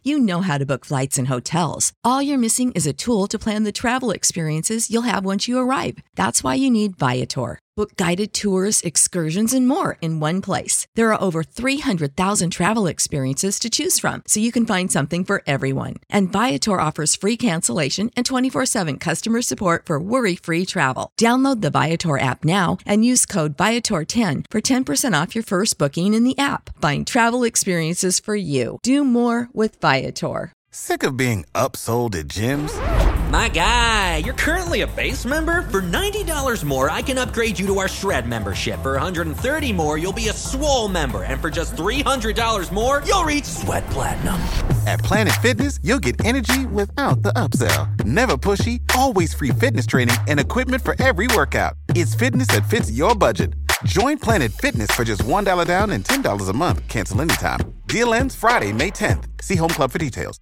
You know how to book flights and hotels. All you're missing is a tool to plan the travel experiences you'll have once you arrive. That's why you need Viator. Book guided tours, excursions, and more in one place. There are over 300,000 travel experiences to choose from, so you can find something for everyone. And Viator offers free cancellation and 24/7 customer support for worry-free travel. Download the Viator app now and use code Viator10 for 10% off your first booking in the app. Find travel experiences for you. Do more with Viator. Sick of being upsold at gyms? My guy, you're currently a base member? For $90 more, I can upgrade you to our Shred membership. For $130 more, you'll be a Swole member. And for just $300 more, you'll reach Sweat Platinum. At Planet Fitness, you'll get energy without the upsell. Never pushy, always free fitness training and equipment for every workout. It's fitness that fits your budget. Join Planet Fitness for just $1 down and $10 a month. Cancel anytime. Deal ends Friday, May 10th. See Home Club for details.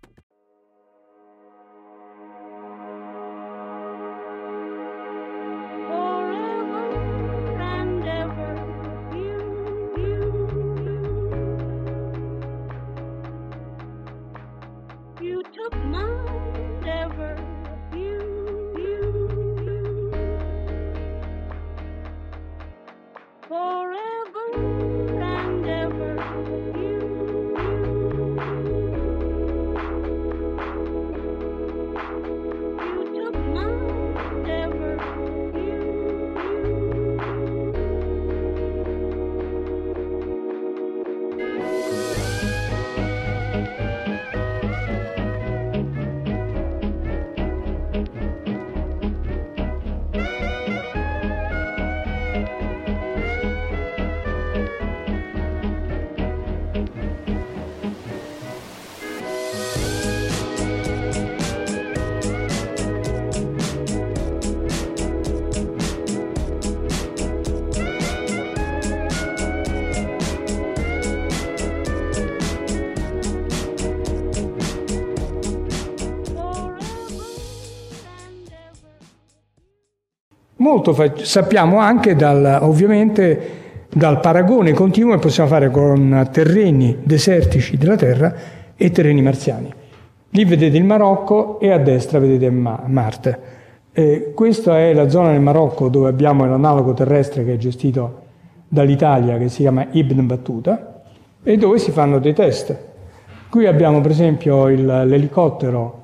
Molto sappiamo anche ovviamente dal paragone continuo che possiamo fare con terreni desertici della Terra e terreni marziani. Lì vedete il Marocco e a destra vedete Marte. Questa è la zona del Marocco dove abbiamo l'analogo terrestre che è gestito dall'Italia, che si chiama Ibn Battuta, e dove si fanno dei test. Qui abbiamo per esempio l'elicottero,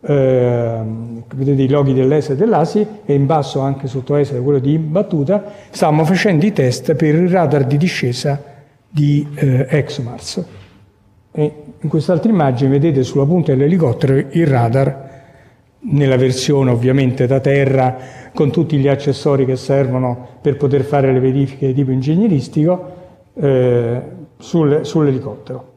vedete i loghi dell'ESA e dell'ASI, e in basso anche sotto ESA quello di Battuta. Stavamo facendo i test per il radar di discesa di ExoMars, e in quest'altra immagine vedete sulla punta dell'elicottero il radar nella versione ovviamente da terra, con tutti gli accessori che servono per poter fare le verifiche di tipo ingegneristico sull'elicottero.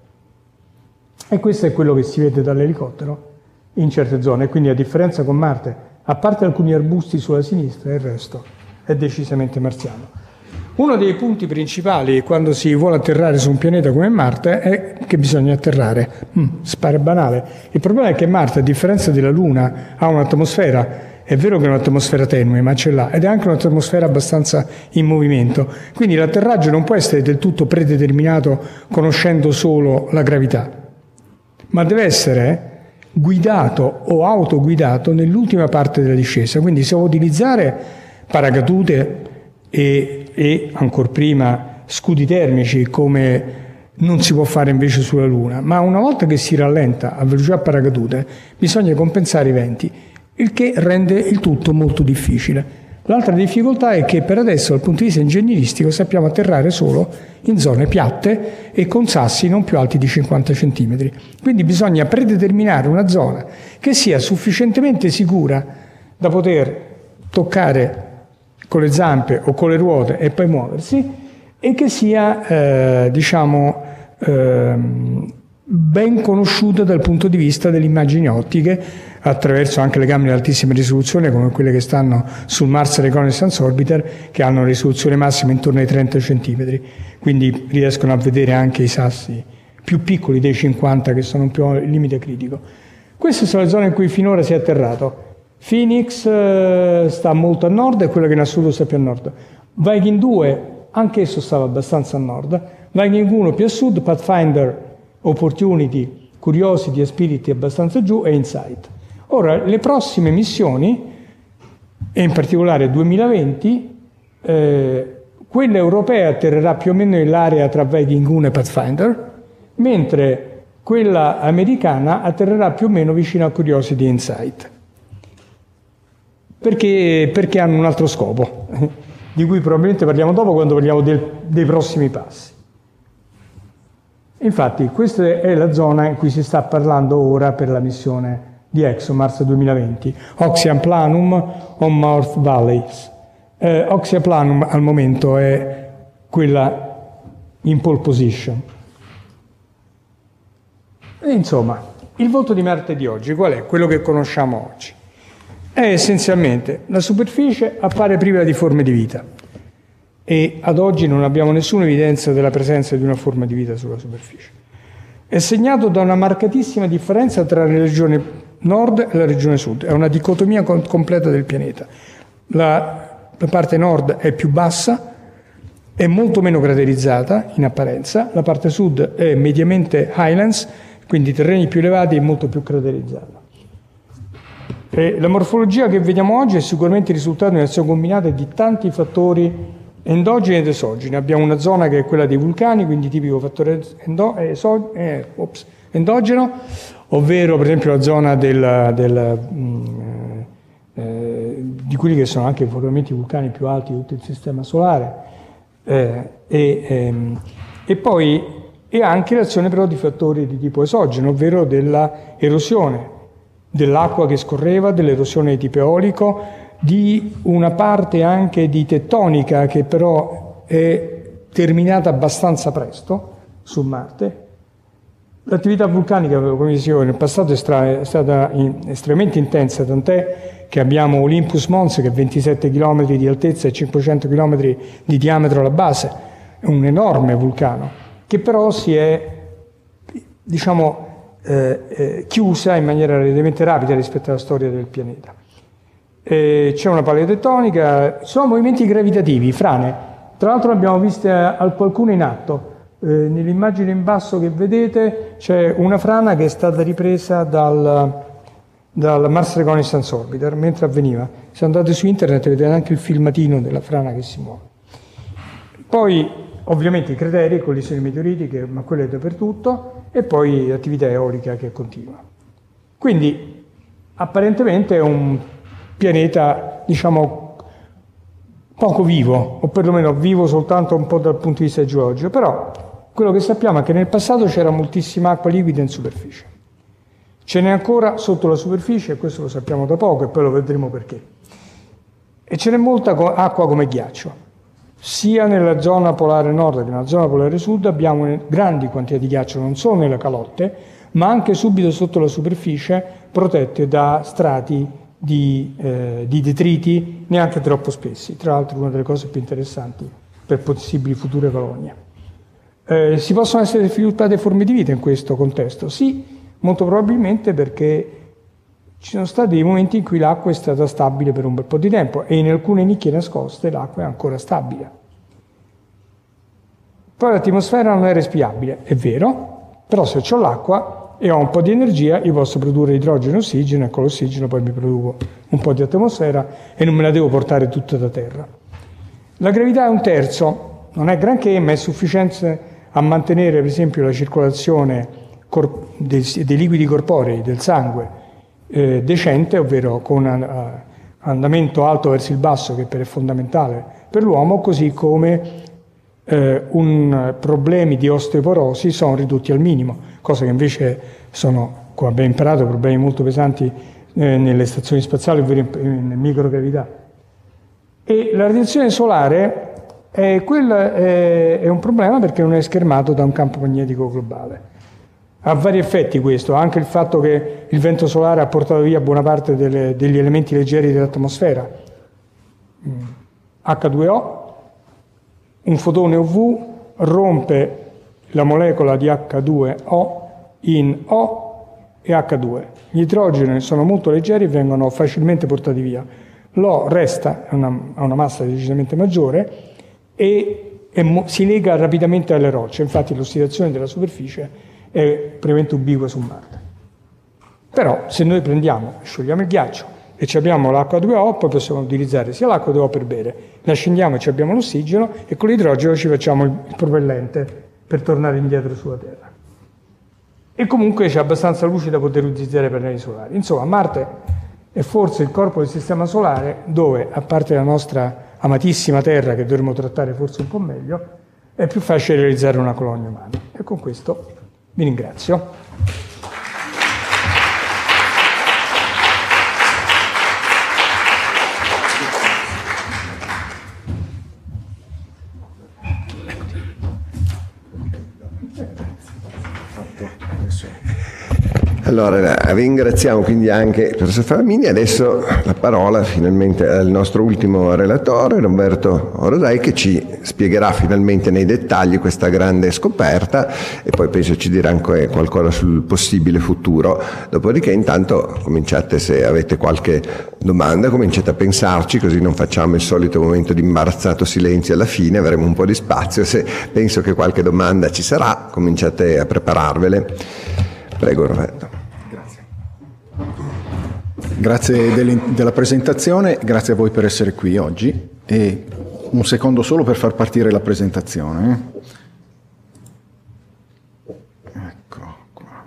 E questo è quello che si vede dall'elicottero in certe zone, quindi a differenza con Marte, a parte alcuni arbusti sulla sinistra, il resto è decisamente marziano. Uno dei punti principali quando si vuole atterrare su un pianeta come Marte è che bisogna atterrare. Spare banale. Il problema è che Marte, a differenza della Luna, ha un'atmosfera. È vero che è un'atmosfera tenue, ma ce l'ha, ed è anche un'atmosfera abbastanza in movimento. Quindi l'atterraggio non può essere del tutto predeterminato conoscendo solo la gravità, ma deve essere guidato o autoguidato nell'ultima parte della discesa. Quindi si può utilizzare paracadute e ancor prima scudi termici, come non si può fare invece sulla Luna, ma una volta che si rallenta a velocità paracadute bisogna compensare i venti, il che rende il tutto molto difficile. L'altra difficoltà è che per adesso dal punto di vista ingegneristico sappiamo atterrare solo in zone piatte e con sassi non più alti di 50 cm. Quindi bisogna predeterminare una zona che sia sufficientemente sicura da poter toccare con le zampe o con le ruote e poi muoversi, e che sia ben conosciuta dal punto di vista delle immagini ottiche, attraverso anche le camere di altissima risoluzione come quelle che stanno sul Mars Reconnaissance Orbiter, che hanno una risoluzione massima intorno ai 30 cm, quindi riescono a vedere anche i sassi più piccoli dei 50, che sono più il limite critico. Queste sono le zone in cui finora si è atterrato. Phoenix sta molto a nord, è quella che in assoluto sta più a nord. Viking 2 anch'esso stava abbastanza a nord. Viking 1 più a sud, Pathfinder Opportunity Curiosity e Spirit abbastanza giù, e Insight. Ora, le prossime missioni, e in particolare 2020, quella europea atterrerà più o meno nell'area tra Viking 1 e Pathfinder, mentre quella americana atterrerà più o meno vicino a Curiosity e Insight. Perché hanno un altro scopo, di cui probabilmente parliamo dopo quando parliamo dei prossimi passi. Infatti questa è la zona in cui si sta parlando ora per la missione di ExoMars 2020, Oxia Planum on North Valleys. Oxia Planum al momento è quella in pole position. E insomma, il volto di Marte di oggi qual è? Quello che conosciamo oggi. È essenzialmente la superficie appare priva di forme di vita e ad oggi non abbiamo nessuna evidenza della presenza di una forma di vita sulla superficie. È segnato da una marcatissima differenza tra la regione nord e la regione sud, è una dicotomia completa del pianeta. La parte nord è più bassa, è molto meno craterizzata in apparenza, la parte sud è mediamente highlands, quindi terreni più elevati e molto più craterizzata. La morfologia che vediamo oggi è sicuramente il risultato di un'azione combinata di tanti fattori endogeni ed esogeni. Abbiamo una zona che è quella dei vulcani, quindi tipico fattore endogeno, ovvero per esempio la zona di quelli che sono anche probabilmente i vulcani più alti di tutto il sistema solare, e poi e anche l'azione però di fattori di tipo esogeno, ovvero della erosione dell'acqua che scorreva, dell'erosione di tipo eolico, di una parte anche di tettonica che però è terminata abbastanza presto su Marte. L'attività vulcanica, come dicevo, nel passato è stata estremamente intensa, tant'è che abbiamo Olympus Mons che è 27 km di altezza e 500 km di diametro alla base, è un enorme vulcano, che però si è, diciamo, chiusa in maniera relativamente rapida rispetto alla storia del pianeta. C'è una paleotettonica, sono movimenti gravitativi, frane. Tra l'altro ne abbiamo viste qualcuno in atto. Nell'immagine in basso che vedete c'è una frana che è stata ripresa dal Mars Reconnaissance Orbiter mentre avveniva. Se andate su internet vedete anche il filmatino della frana che si muove. Poi ovviamente i crateri, collisioni meteoritiche, ma quello è dappertutto, e poi attività eolica che continua. Quindi apparentemente è un pianeta, diciamo, poco vivo, o perlomeno vivo soltanto un po' dal punto di vista geologico, però quello che sappiamo è che nel passato c'era moltissima acqua liquida in superficie. Ce n'è ancora sotto la superficie, e questo lo sappiamo da poco, e poi lo vedremo perché. E ce n'è molta acqua come ghiaccio. Sia nella zona polare nord che nella zona polare sud abbiamo grandi quantità di ghiaccio, non solo nelle calotte, ma anche subito sotto la superficie, protette da strati di detriti neanche troppo spessi. Tra l'altro una delle cose più interessanti per possibili future colonie. Si possono essere sviluppate forme di vita in questo contesto? Sì, molto probabilmente perché ci sono stati dei momenti in cui l'acqua è stata stabile per un bel po' di tempo e in alcune nicchie nascoste l'acqua è ancora stabile. Poi l'atmosfera non è respirabile, è vero, però se ho l'acqua e ho un po' di energia io posso produrre idrogeno e ossigeno, e con l'ossigeno poi mi produco un po' di atmosfera e non me la devo portare tutta da terra. La gravità è un terzo, non è granché, ma è sufficiente a mantenere per esempio la circolazione dei liquidi corporei, del sangue, decente, ovvero con andamento alto verso il basso, che è fondamentale per l'uomo, così come problemi di osteoporosi sono ridotti al minimo, cosa che invece sono, come abbiamo imparato, problemi molto pesanti nelle stazioni spaziali, ovvero in microgravità. E la radiazione solare è un problema perché non è schermato da un campo magnetico globale. Ha vari effetti questo, anche il fatto che il vento solare ha portato via buona parte degli elementi leggeri dell'atmosfera. H2O, un fotone UV rompe la molecola di H2O in O e H2. Gli idrogeni sono molto leggeri e vengono facilmente portati via. L'O resta, ha una massa decisamente maggiore e si lega rapidamente alle rocce, infatti l'ossidazione della superficie è praticamente ubiqua su Marte. Però se noi prendiamo, sciogliamo il ghiaccio e ci abbiamo l'acqua 2O, poi possiamo utilizzare sia l'acqua 2O per bere, la scendiamo e ci abbiamo l'ossigeno e con l'idrogeno ci facciamo il propellente per tornare indietro sulla Terra. E comunque c'è abbastanza luce da poter utilizzare i pannelli solari. Insomma, Marte è forse il corpo del Sistema Solare dove, a parte la nostra amatissima Terra, che dovremmo trattare forse un po' meglio, è più facile realizzare una colonia umana. E con questo vi ringrazio. Allora, ringraziamo quindi anche il professor Flamini. Adesso la parola finalmente al nostro ultimo relatore, Roberto Orosei, che ci spiegherà finalmente nei dettagli questa grande scoperta e poi penso ci dirà anche qualcosa sul possibile futuro. Dopodiché intanto cominciate, se avete qualche domanda, cominciate a pensarci, così non facciamo il solito momento di imbarazzato silenzio alla fine, avremo un po' di spazio. Se penso che qualche domanda ci sarà, cominciate a prepararvele. Prego Roberto. Grazie della presentazione, grazie a voi per essere qui oggi e un secondo solo per far partire la presentazione. Ecco qua.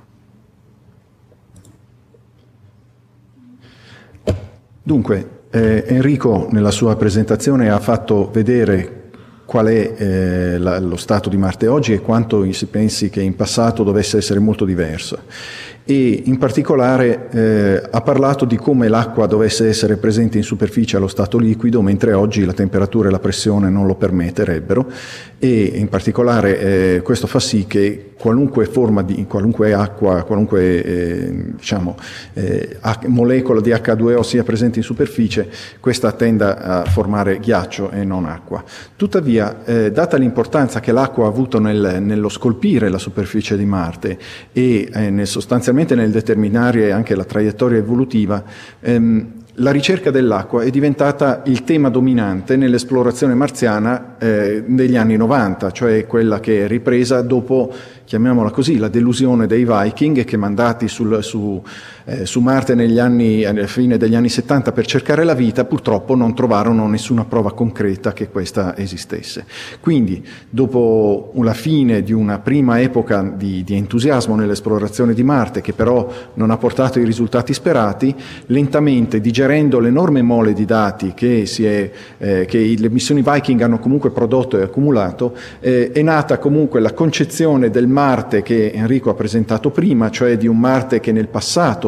Dunque, Enrico nella sua presentazione ha fatto vedere qual è lo stato di Marte oggi e quanto si pensi che in passato dovesse essere molto diverso. E in particolare ha parlato di come l'acqua dovesse essere presente in superficie allo stato liquido, mentre oggi la temperatura e la pressione non lo permetterebbero, e in particolare questo fa sì che qualunque forma di qualunque acqua, qualunque molecola di H2O sia presente in superficie, questa tenda a formare ghiaccio e non acqua. Tuttavia, data l'importanza che l'acqua ha avuto nello scolpire la superficie di Marte e sostanzialmente nel determinare anche la traiettoria evolutiva, la ricerca dell'acqua è diventata il tema dominante nell'esplorazione marziana degli anni 90, cioè quella che è ripresa dopo, chiamiamola così, la delusione dei Viking che mandati su Marte alla fine degli anni 70 per cercare la vita, purtroppo non trovarono nessuna prova concreta che questa esistesse. Quindi, dopo la fine di una prima epoca di entusiasmo nell'esplorazione di Marte, che però non ha portato i risultati sperati, lentamente digerendo l'enorme mole di dati che le missioni Viking hanno comunque prodotto e accumulato, è nata comunque la concezione del Marte che Enrico ha presentato prima, cioè di un Marte che nel passato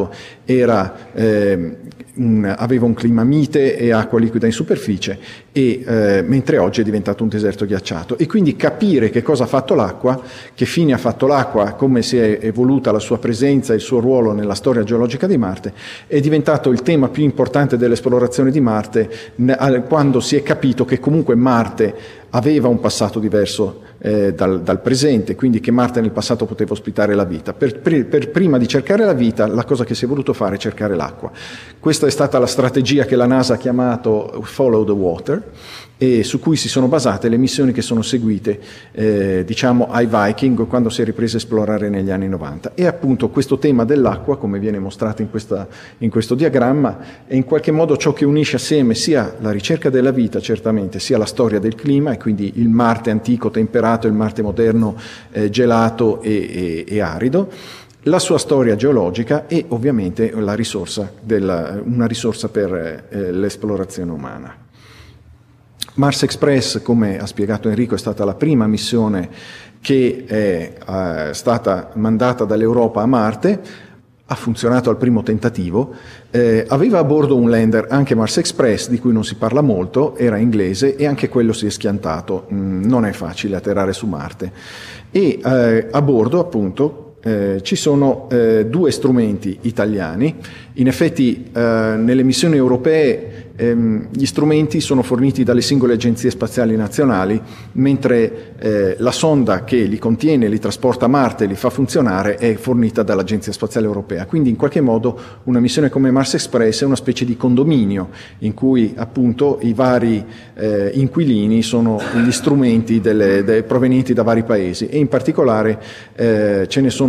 aveva un clima mite e acqua liquida in superficie, mentre oggi è diventato un deserto ghiacciato. E quindi capire che cosa ha fatto l'acqua, che fine ha fatto l'acqua, come si è evoluta la sua presenza e il suo ruolo nella storia geologica di Marte, è diventato il tema più importante dell'esplorazione di Marte, quando si è capito che comunque Marte aveva un passato diverso dal presente, quindi che Marte nel passato poteva ospitare la vita. Prima di cercare la vita, la cosa che si è voluto fare è cercare l'acqua. Questa è stata la strategia che la NASA ha chiamato Follow the Water e su cui si sono basate le missioni che sono seguite ai Viking quando si è ripresa a esplorare negli anni 90. E appunto questo tema dell'acqua, come viene mostrato in questo diagramma, è in qualche modo ciò che unisce assieme sia la ricerca della vita, certamente, sia la storia del clima, e quindi il Marte antico temperato e il Marte moderno gelato e arido, la sua storia geologica e ovviamente una risorsa per l'esplorazione umana. Mars Express, come ha spiegato Enrico, è stata la prima missione che è stata mandata dall'Europa a Marte, ha funzionato al primo tentativo, aveva a bordo un lander, anche Mars Express, di cui non si parla molto, era inglese e anche quello si è schiantato, non è facile atterrare su Marte. E a bordo appunto ci sono due strumenti italiani. In effetti nelle missioni europee gli strumenti sono forniti dalle singole agenzie spaziali nazionali, mentre la sonda che li contiene, li trasporta a Marte e li fa funzionare è fornita dall'Agenzia Spaziale Europea. Quindi in qualche modo una missione come Mars Express è una specie di condominio in cui appunto i vari inquilini sono gli strumenti provenienti da vari paesi, e in particolare ce ne sono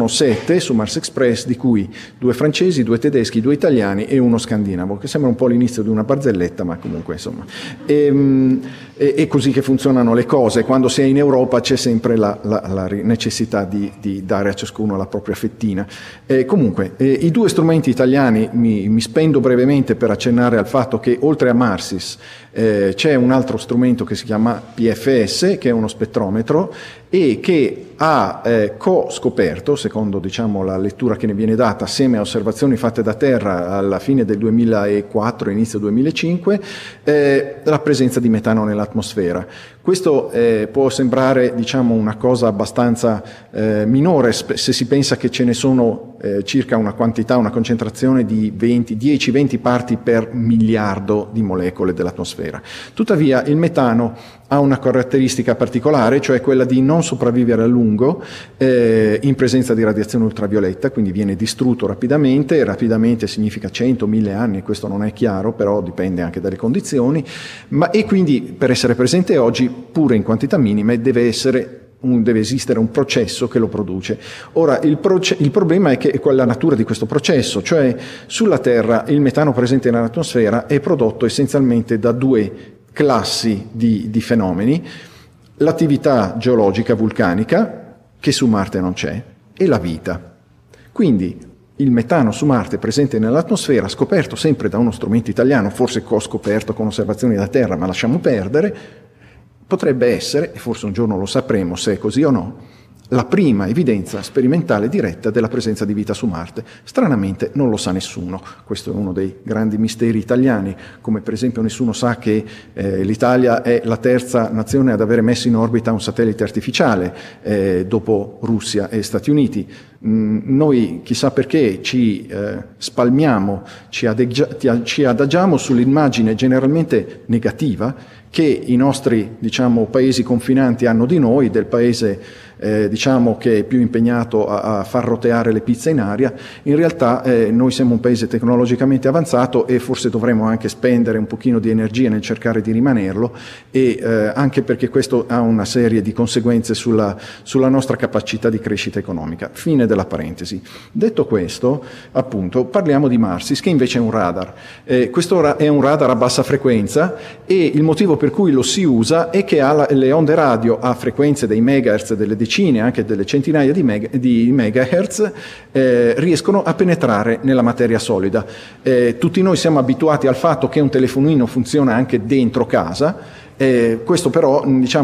sono 7 su Mars Express, di cui 2 francesi, 2 tedeschi, 2 italiani e 1 scandinavo, che sembra un po' l'inizio di una barzelletta, ma comunque insomma. È così che funzionano le cose. Quando si è in Europa c'è sempre la necessità di dare a ciascuno la propria fettina. Comunque, i 2 strumenti italiani, mi spendo brevemente per accennare al fatto che oltre a Marsis c'è un altro strumento che si chiama PFS, che è uno spettrometro e che ha co-scoperto, secondo diciamo la lettura che ne viene data assieme a osservazioni fatte da terra alla fine del 2004, inizio 2005, la presenza di metano nell'atmosfera. Questo può sembrare diciamo una cosa abbastanza minore se si pensa che ce ne sono circa una concentrazione di 10-20 parti per miliardo di molecole dell'atmosfera. Tuttavia il metano ha una caratteristica particolare, cioè quella di non sopravvivere a lungo in presenza di radiazione ultravioletta, quindi viene distrutto rapidamente. Rapidamente significa 100-1000 anni, questo non è chiaro, però dipende anche dalle condizioni, e quindi per essere presente oggi, pure in quantità minime, deve esistere un processo che lo produce. Ora, il problema è che qual è la natura di questo processo, cioè sulla Terra il metano presente nell'atmosfera è prodotto essenzialmente da 2 classi di fenomeni: l'attività geologica vulcanica, che su Marte non c'è, e la vita. Quindi il metano su Marte presente nell'atmosfera, scoperto sempre da uno strumento italiano, forse co-scoperto con osservazioni da terra, ma lasciamo perdere, potrebbe essere, e forse un giorno lo sapremo se è così o no, la prima evidenza sperimentale diretta della presenza di vita su Marte. Stranamente non lo sa nessuno. Questo è uno dei grandi misteri italiani, come per esempio nessuno sa che l'Italia è la terza nazione ad avere messo in orbita un satellite artificiale dopo Russia e Stati Uniti. Noi chissà perché ci spalmiamo, ci adagiamo sull'immagine generalmente negativa che i nostri paesi confinanti hanno di noi, del paese che è più impegnato a far roteare le pizze in aria. In realtà noi siamo un paese tecnologicamente avanzato e forse dovremmo anche spendere un pochino di energia nel cercare di rimanerlo, e anche perché questo ha una serie di conseguenze sulla nostra capacità di crescita economica. Fine della parentesi. Detto questo, appunto, parliamo di Marsis, che invece è un radar. Questo è un radar a bassa frequenza, e il motivo per cui lo si usa è che ha le onde radio a frequenze dei megahertz, delle decine, anche delle centinaia di megahertz, riescono a penetrare nella materia solida. Tutti noi siamo abituati al fatto che un telefonino funziona anche dentro casa. Questo però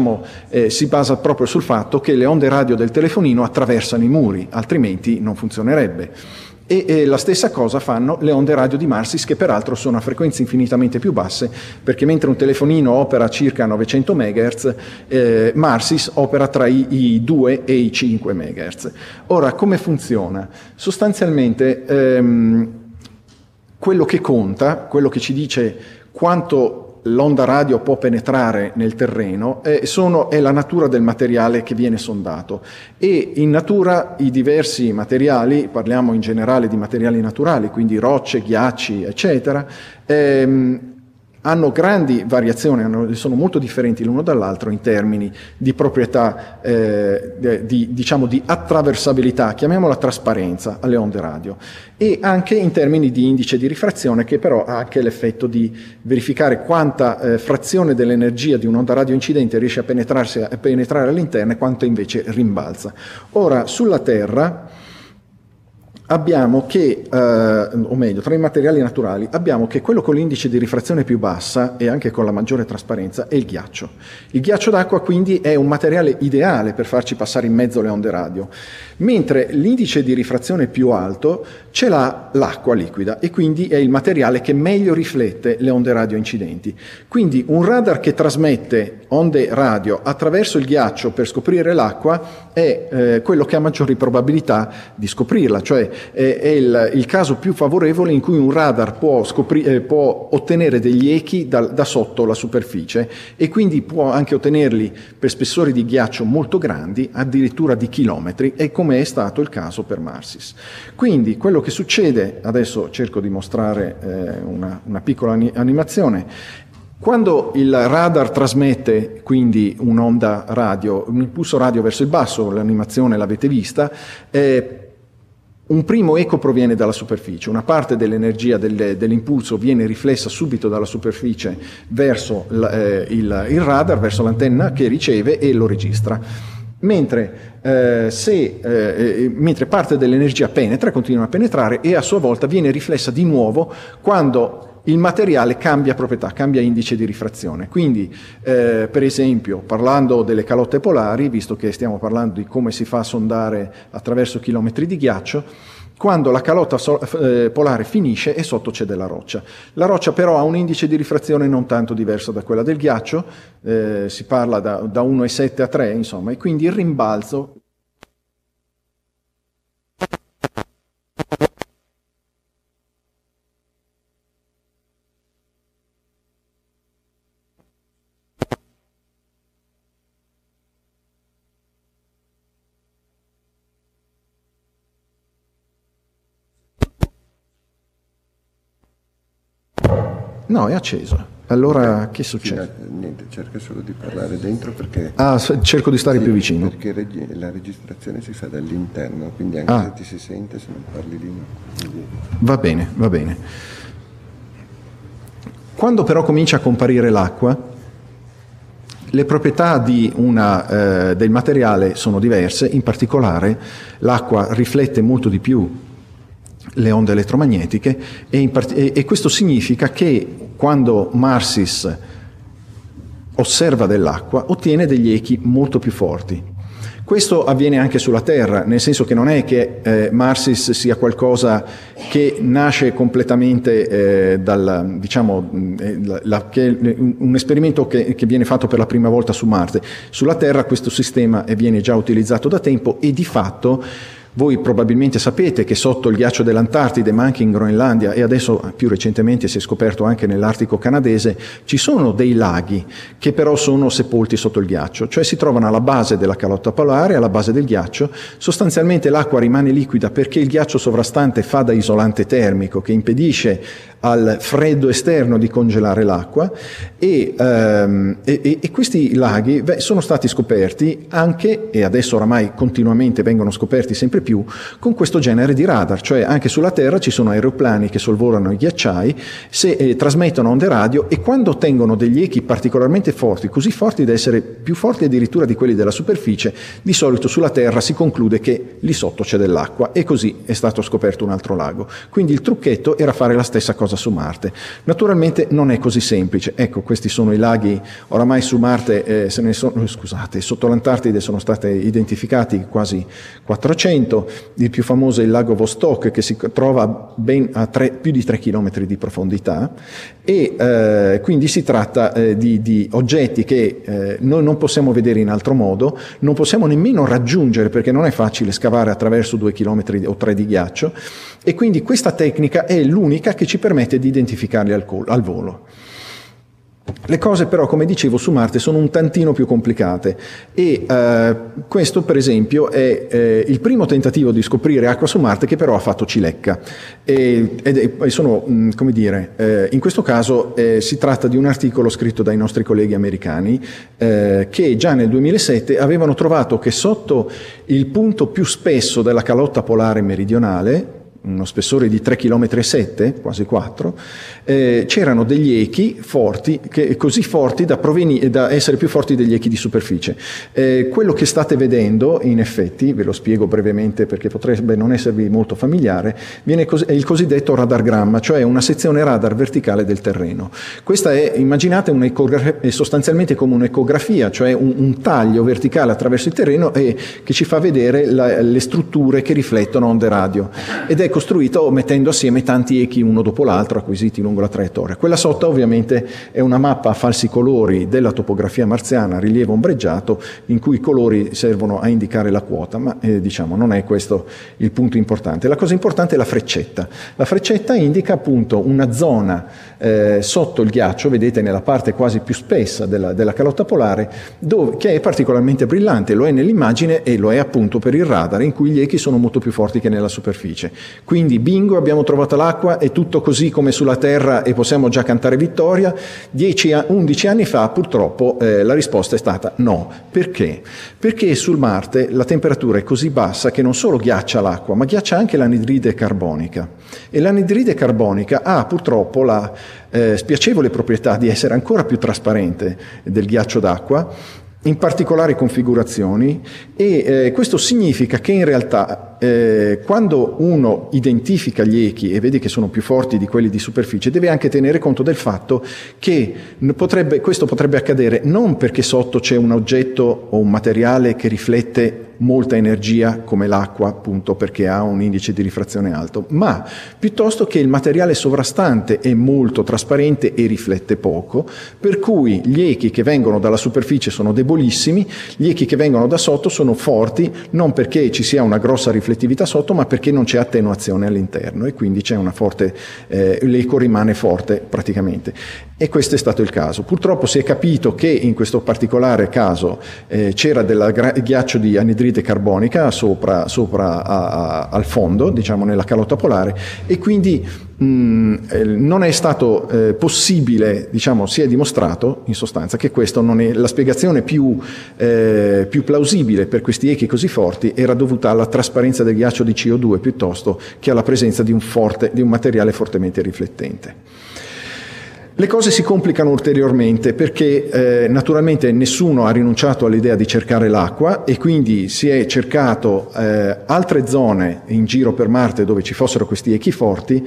si basa proprio sul fatto che le onde radio del telefonino attraversano i muri, altrimenti non funzionerebbe. E la stessa cosa fanno le onde radio di Marsis, che peraltro sono a frequenze infinitamente più basse, perché mentre un telefonino opera circa 900 MHz, Marsis opera tra i 2 e i 5 MHz. Ora, come funziona? Sostanzialmente quello che conta, quello che ci dice quanto l'onda radio può penetrare nel terreno è la natura del materiale che viene sondato, e in natura i diversi materiali, parliamo in generale di materiali naturali, quindi rocce, ghiacci, eccetera, hanno grandi variazioni, sono molto differenti l'uno dall'altro in termini di proprietà, di attraversabilità, chiamiamola trasparenza, alle onde radio, e anche in termini di indice di rifrazione, che però ha anche l'effetto di verificare quanta frazione dell'energia di un'onda radio incidente riesce a penetrare all'interno e quanto invece rimbalza. Ora, sulla Terra abbiamo che, o meglio, tra i materiali naturali, abbiamo che quello con l'indice di rifrazione più bassa e anche con la maggiore trasparenza è il ghiaccio. Il ghiaccio d'acqua quindi è un materiale ideale per farci passare in mezzo le onde radio, mentre l'indice di rifrazione più alto ce l'ha l'acqua liquida, e quindi è il materiale che meglio riflette le onde radio incidenti. Quindi un radar che trasmette onde radio attraverso il ghiaccio per scoprire l'acqua è quello che ha maggiori probabilità di scoprirla, cioè è il caso più favorevole in cui un radar può ottenere degli echi da sotto la superficie, e quindi può anche ottenerli per spessori di ghiaccio molto grandi, addirittura di chilometri, e come è stato il caso per Marsis. Quindi quello che succede, adesso cerco di mostrare una piccola animazione. Quando il radar trasmette quindi un'onda radio, un impulso radio verso il basso, l'animazione l'avete vista, Un primo eco proviene dalla superficie, una parte dell'energia dell'impulso viene riflessa subito dalla superficie verso il radar, verso l'antenna che riceve e lo registra. Mentre parte dell'energia penetra, continua a penetrare e a sua volta viene riflessa di nuovo quando il materiale cambia proprietà, cambia indice di rifrazione. Quindi, per esempio, parlando delle calotte polari, visto che stiamo parlando di come si fa a sondare attraverso chilometri di ghiaccio, quando la calotta polare finisce e sotto c'è della roccia. La roccia però ha un indice di rifrazione non tanto diverso da quella del ghiaccio, si parla da 1,7 a 3, insomma, e quindi il rimbalzo no, è acceso. Allora che succede? Niente, cerca solo di parlare dentro perché... cerco di stare più vicino. Perché la registrazione si fa dall'interno, quindi anche se ti si sente, se non parli lì no. Va bene, va bene. Quando però comincia a comparire l'acqua, le proprietà del materiale sono diverse, in particolare l'acqua riflette molto di più le onde elettromagnetiche e questo significa che quando MARSIS osserva dell'acqua ottiene degli echi molto più forti. Questo avviene anche sulla Terra, nel senso che non è che MARSIS sia qualcosa che nasce completamente che è un esperimento che viene fatto per la prima volta su Marte. Sulla Terra questo sistema viene già utilizzato da tempo e di fatto voi probabilmente sapete che sotto il ghiaccio dell'Antartide, ma anche in Groenlandia e adesso più recentemente si è scoperto anche nell'Artico canadese, ci sono dei laghi che però sono sepolti sotto il ghiaccio, cioè si trovano alla base della calotta polare, alla base del ghiaccio. Sostanzialmente l'acqua rimane liquida perché il ghiaccio sovrastante fa da isolante termico che impedisce al freddo esterno di congelare l'acqua e questi laghi sono stati scoperti anche, e adesso oramai continuamente vengono scoperti sempre più, con questo genere di radar, cioè anche sulla Terra ci sono aeroplani che sorvolano i ghiacciai, trasmettono onde radio e quando ottengono degli echi particolarmente forti, così forti da essere più forti addirittura di quelli della superficie, di solito sulla Terra si conclude che lì sotto c'è dell'acqua e così è stato scoperto un altro lago. Quindi il trucchetto era fare la stessa cosa su Marte. Naturalmente non è così semplice. Ecco, questi sono i laghi, oramai su Marte sotto l'Antartide sono stati identificati quasi 400, il più famoso è il lago Vostok che si trova ben a più di 3 km di profondità e quindi si tratta di oggetti che noi non possiamo vedere in altro modo, non possiamo nemmeno raggiungere perché non è facile scavare attraverso 2 km o 3 di ghiaccio e quindi questa tecnica è l'unica che ci permette di identificarli al volo. Le cose però, come dicevo, su Marte sono un tantino più complicate e questo per esempio è il primo tentativo di scoprire acqua su Marte che però ha fatto cilecca in questo caso si tratta di un articolo scritto dai nostri colleghi americani che già nel 2007 avevano trovato che sotto il punto più spesso della calotta polare meridionale, uno spessore di 3,7 km, quasi 4, c'erano degli echi forti, così forti da essere più forti degli echi di superficie. Quello che state vedendo, in effetti, ve lo spiego brevemente perché potrebbe non esservi molto familiare, è il cosiddetto radargramma, cioè una sezione radar verticale del terreno. Questa è, immaginate, è sostanzialmente come un'ecografia, cioè un taglio verticale attraverso il terreno e che ci fa vedere le strutture che riflettono onde radio. Ed è costruito mettendo assieme tanti echi uno dopo l'altro acquisiti lungo la traiettoria. Quella sotto ovviamente è una mappa a falsi colori della topografia marziana, rilievo ombreggiato, in cui i colori servono a indicare la quota, ma non è questo il punto importante. La cosa importante è la freccetta. La freccetta indica appunto una zona sotto il ghiaccio, vedete nella parte quasi più spessa della calotta polare, che è particolarmente brillante, lo è nell'immagine e lo è appunto per il radar, in cui gli echi sono molto più forti che nella superficie. Quindi bingo, abbiamo trovato l'acqua, è tutto così come sulla Terra e possiamo già cantare vittoria. 11 anni fa purtroppo la risposta è stata no. Perché? Perché sul Marte la temperatura è così bassa che non solo ghiaccia l'acqua, ma ghiaccia anche l'anidride carbonica. E l'anidride carbonica ha purtroppo la spiacevole proprietà di essere ancora più trasparente del ghiaccio d'acqua, in particolari configurazioni, e questo significa che in realtà quando uno identifica gli echi e vede che sono più forti di quelli di superficie, deve anche tenere conto del fatto che questo potrebbe accadere non perché sotto c'è un oggetto o un materiale che riflette molta energia come l'acqua, appunto perché ha un indice di rifrazione alto, ma piuttosto che il materiale sovrastante è molto trasparente e riflette poco, per cui gli echi che vengono dalla superficie sono debolissimi, gli echi che vengono da sotto sono forti, non perché ci sia una grossa riflettività sotto, ma perché non c'è attenuazione all'interno e quindi c'è una forte, l'eco rimane forte praticamente. E questo è stato il caso. Purtroppo si è capito che in questo particolare caso c'era del ghiaccio di anidride carbonica sopra al fondo, diciamo nella calotta polare, e quindi non è stato possibile, diciamo, si è dimostrato in sostanza che questo non è la spiegazione più plausibile per questi echi così forti, era dovuta alla trasparenza del ghiaccio di CO2 piuttosto che alla presenza di un materiale fortemente riflettente. Le cose si complicano ulteriormente perché naturalmente nessuno ha rinunciato all'idea di cercare l'acqua e quindi si è cercato altre zone in giro per Marte dove ci fossero questi echi forti,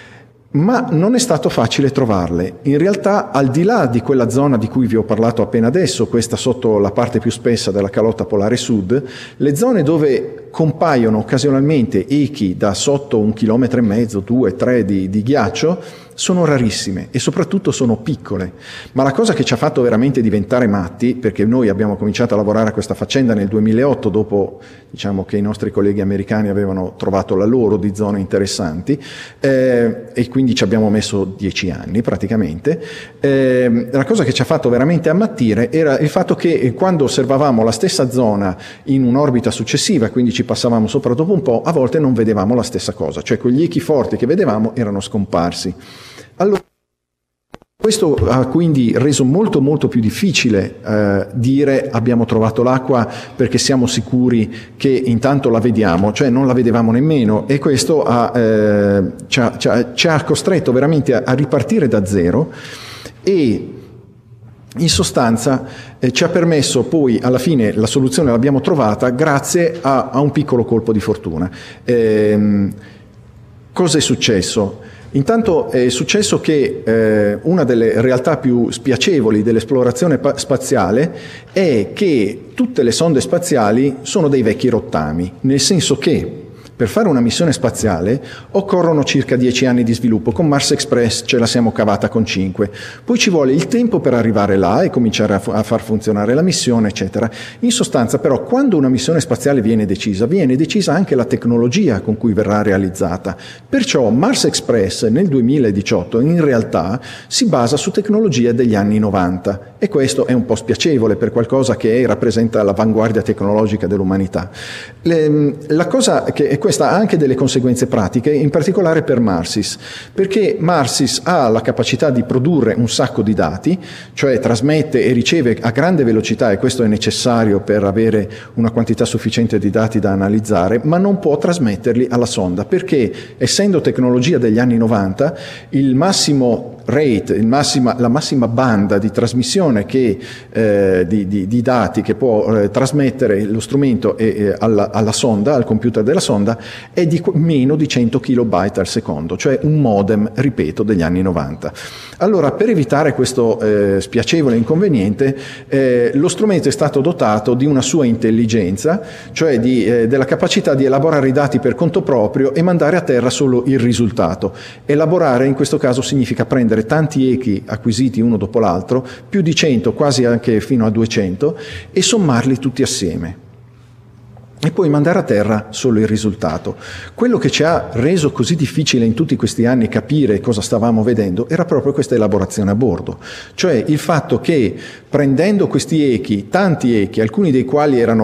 ma non è stato facile trovarle. In realtà, al di là di quella zona di cui vi ho parlato appena adesso, questa sotto la parte più spessa della calotta polare sud, le zone dove compaiono occasionalmente echi da sotto 1,5 km, 2, 3 di ghiaccio, sono rarissime e soprattutto sono piccole. Ma la cosa che ci ha fatto veramente diventare matti, perché noi abbiamo cominciato a lavorare a questa faccenda nel 2008, dopo, diciamo, che i nostri colleghi americani avevano trovato la loro di zone interessanti, e quindi ci abbiamo messo 10 anni praticamente, la cosa che ci ha fatto veramente ammattire era il fatto che quando osservavamo la stessa zona in un'orbita successiva, quindi ci passavamo sopra dopo un po', a volte non vedevamo la stessa cosa, cioè quegli echi forti che vedevamo erano scomparsi. Allora, questo ha quindi reso molto molto più difficile dire abbiamo trovato l'acqua perché siamo sicuri che intanto la vediamo, cioè non la vedevamo nemmeno, e questo ci ha costretto veramente a ripartire da zero e in sostanza ci ha permesso poi, alla fine la soluzione l'abbiamo trovata grazie a un piccolo colpo di fortuna. Cosa è successo? Intanto è successo che una delle realtà più spiacevoli dell'esplorazione spaziale è che tutte le sonde spaziali sono dei vecchi rottami, nel senso che per fare una missione spaziale occorrono circa 10 anni di sviluppo. Con Mars Express ce la siamo cavata con 5. Poi ci vuole il tempo per arrivare là e cominciare a far funzionare la missione, eccetera. In sostanza, però, quando una missione spaziale viene decisa anche la tecnologia con cui verrà realizzata. Perciò Mars Express nel 2018 in realtà si basa su tecnologie degli anni 90 e questo è un po' spiacevole per qualcosa che rappresenta l'avanguardia tecnologica dell'umanità. La cosa che questa ha anche delle conseguenze pratiche, in particolare per Marsis, perché Marsis ha la capacità di produrre un sacco di dati, cioè trasmette e riceve a grande velocità, e questo è necessario per avere una quantità sufficiente di dati da analizzare, ma non può trasmetterli alla sonda, perché essendo tecnologia degli anni 90, il massimo rate, la massima banda di trasmissione di dati che può trasmettere lo strumento alla sonda, al computer della sonda, è di meno di 100 kilobyte al secondo, cioè un modem, ripeto, degli anni 90. Allora, per evitare questo spiacevole inconveniente, lo strumento è stato dotato di una sua intelligenza, cioè della capacità di elaborare i dati per conto proprio e mandare a terra solo il risultato. Elaborare in questo caso significa prendere tanti echi acquisiti uno dopo l'altro, più di 100, quasi anche fino a 200, e sommarli tutti assieme. E poi mandare a terra solo il risultato. Quello che ci ha reso così difficile in tutti questi anni capire cosa stavamo vedendo era proprio questa elaborazione a bordo, cioè il fatto che prendendo questi echi, tanti echi, alcuni dei quali erano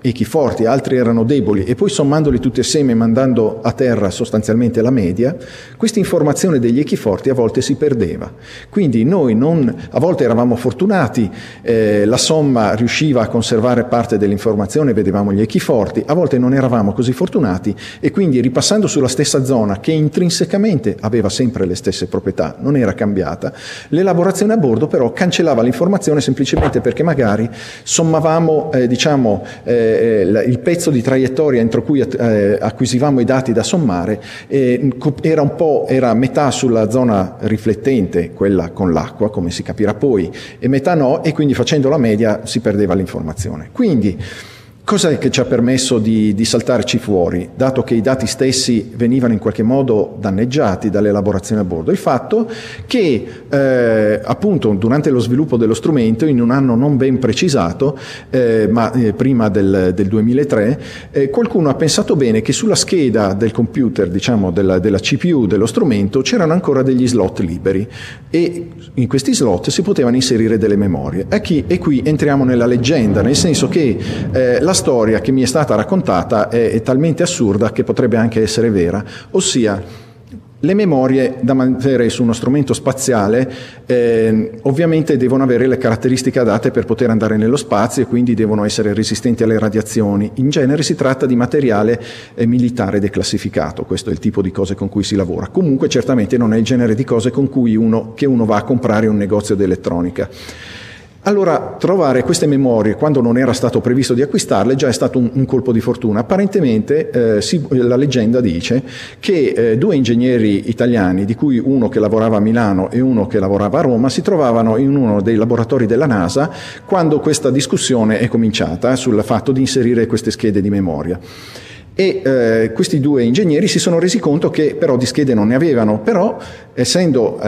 echi forti, altri erano deboli, e poi sommandoli tutti assieme, mandando a terra sostanzialmente la media, questa informazione degli echi forti a volte si perdeva. Quindi noi a volte eravamo fortunati, la somma riusciva a conservare parte dell'informazione, vedevamo gli echi forti, a volte non eravamo così fortunati, e quindi ripassando sulla stessa zona che intrinsecamente aveva sempre le stesse proprietà, non era cambiata, l'elaborazione a bordo però cancellava l'informazione semplicemente perché magari sommavamo il pezzo di traiettoria entro cui acquisivamo i dati da sommare, era metà sulla zona riflettente, quella con l'acqua, come si capirà poi, e metà no, e quindi facendo la media si perdeva l'informazione. Quindi cos'è che ci ha permesso di saltarci fuori, dato che i dati stessi venivano in qualche modo danneggiati dall'elaborazione a bordo? Il fatto che appunto durante lo sviluppo dello strumento, in un anno non ben precisato, ma prima del 2003, qualcuno ha pensato bene che sulla scheda del computer, diciamo della CPU dello strumento, c'erano ancora degli slot liberi, e in questi slot si potevano inserire delle memorie. E qui entriamo nella leggenda, nel senso che la storia che mi è stata raccontata è talmente assurda che potrebbe anche essere vera, ossia le memorie da mantenere su uno strumento spaziale ovviamente devono avere le caratteristiche adatte per poter andare nello spazio, e quindi devono essere resistenti alle radiazioni. In genere si tratta di materiale militare declassificato, questo è il tipo di cose con cui si lavora. Comunque certamente non è il genere di cose con cui uno va a comprare in un negozio di elettronica. Allora, trovare queste memorie quando non era stato previsto di acquistarle già è stato un colpo di fortuna. Apparentemente la leggenda dice che due ingegneri italiani, di cui uno che lavorava a Milano e uno che lavorava a Roma, si trovavano in uno dei laboratori della NASA quando questa discussione è cominciata sul fatto di inserire queste schede di memoria. E questi due ingegneri si sono resi conto che però di schede non ne avevano, però essendo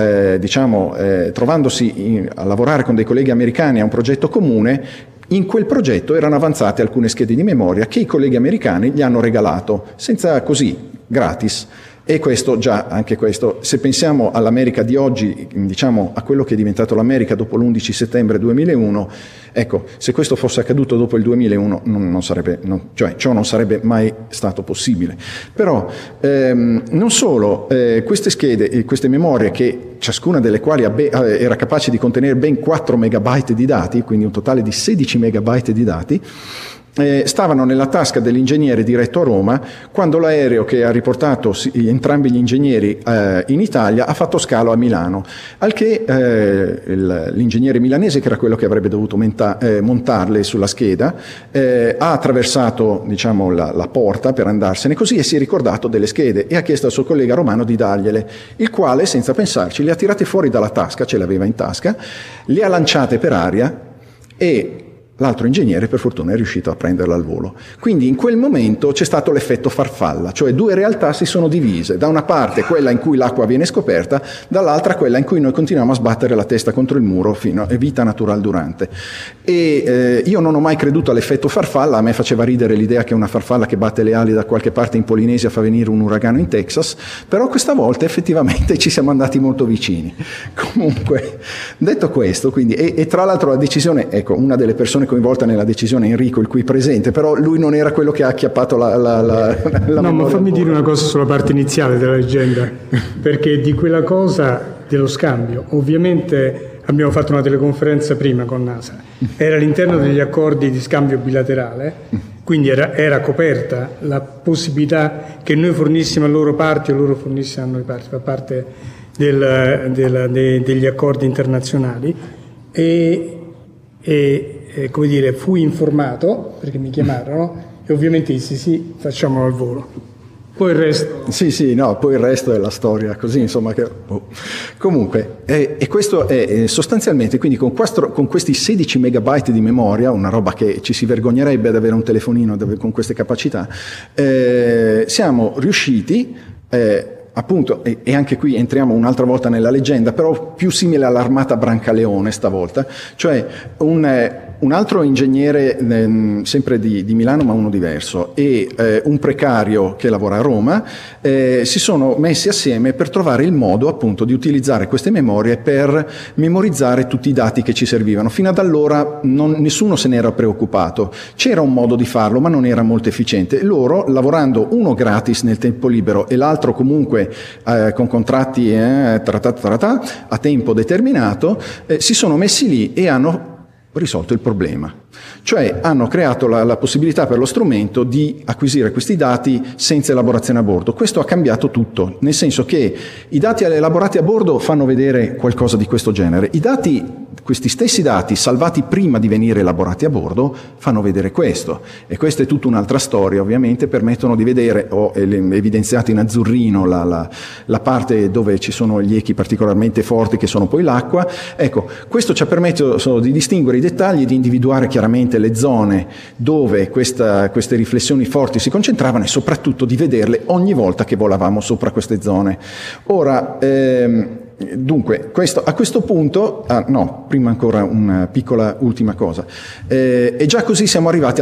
trovandosi a lavorare con dei colleghi americani a un progetto comune, in quel progetto erano avanzate alcune schede di memoria che i colleghi americani gli hanno regalato, senza così, gratis. E anche questo, se pensiamo all'America di oggi, diciamo a quello che è diventato l'America dopo l'11 settembre 2001, ecco, se questo fosse accaduto dopo il 2001 ciò non sarebbe mai stato possibile. Però non solo, queste schede, queste memorie, che ciascuna delle quali era capace di contenere ben 4 megabyte di dati, quindi un totale di 16 megabyte di dati, stavano nella tasca dell'ingegnere diretto a Roma quando l'aereo che ha riportato entrambi gli ingegneri in Italia ha fatto scalo a Milano, al che l'ingegnere milanese, che era quello che avrebbe dovuto montarle sulla scheda, ha attraversato la porta per andarsene così, e si è ricordato delle schede e ha chiesto al suo collega romano di dargliele, il quale senza pensarci le ha tirate fuori dalla tasca, ce le aveva in tasca, le ha lanciate per aria, e l'altro ingegnere per fortuna è riuscito a prenderla al volo. Quindi in quel momento c'è stato l'effetto farfalla, cioè due realtà si sono divise, da una parte quella in cui l'acqua viene scoperta, dall'altra quella in cui noi continuiamo a sbattere la testa contro il muro fino a vita natural durante. E io non ho mai creduto all'effetto farfalla, a me faceva ridere l'idea che una farfalla che batte le ali da qualche parte in Polinesia fa venire un uragano in Texas, però questa volta effettivamente ci siamo andati molto vicini. Comunque, detto questo, quindi, e tra l'altro la decisione, ecco, una delle persone coinvolta nella decisione è Enrico, il qui presente, però lui non era quello che ha acchiappato la no, ma fammi dire una cosa sulla parte iniziale della leggenda, perché di quella cosa dello scambio, ovviamente abbiamo fatto una teleconferenza prima con NASA, era all'interno degli accordi di scambio bilaterale, quindi era coperta la possibilità che noi fornissimo a loro parti o loro fornissero a noi parti, fa parte degli accordi internazionali, e come dire, fui informato perché mi chiamarono e ovviamente dissi sì, facciamolo al volo. Poi il resto... poi il resto è la storia, così insomma. Comunque, e questo è sostanzialmente, quindi con questi 16 megabyte di memoria, una roba che ci si vergognerebbe ad avere un telefonino con queste capacità, siamo riusciti... appunto, e anche qui entriamo un'altra volta nella leggenda, però più simile all'armata Brancaleone stavolta, cioè un altro ingegnere sempre di Milano ma uno diverso e un precario che lavora a Roma si sono messi assieme per trovare il modo appunto di utilizzare queste memorie per memorizzare tutti i dati che ci servivano. Fino ad allora nessuno se n'era preoccupato, c'era un modo di farlo ma non era molto efficiente. Loro, lavorando uno gratis nel tempo libero e l'altro comunque con contratti a tempo determinato, si sono messi lì e hanno risolto il problema. Cioè hanno creato la possibilità per lo strumento di acquisire questi dati senza elaborazione a bordo. Questo ha cambiato tutto, nel senso che i dati elaborati a bordo fanno vedere qualcosa di questo genere. Questi stessi dati salvati prima di venire elaborati a bordo fanno vedere questo. E questa è tutta un'altra storia, ovviamente, permettono di vedere, ho evidenziato in azzurrino la parte dove ci sono gli echi particolarmente forti che sono poi l'acqua. Ecco, questo ci ha permesso di distinguere i dettagli, di individuare chiaramente le zone dove queste riflessioni forti si concentravano e soprattutto di vederle ogni volta che volavamo sopra queste zone. Ora, dunque, a questo punto, prima ancora una piccola ultima cosa, e già così siamo arrivati al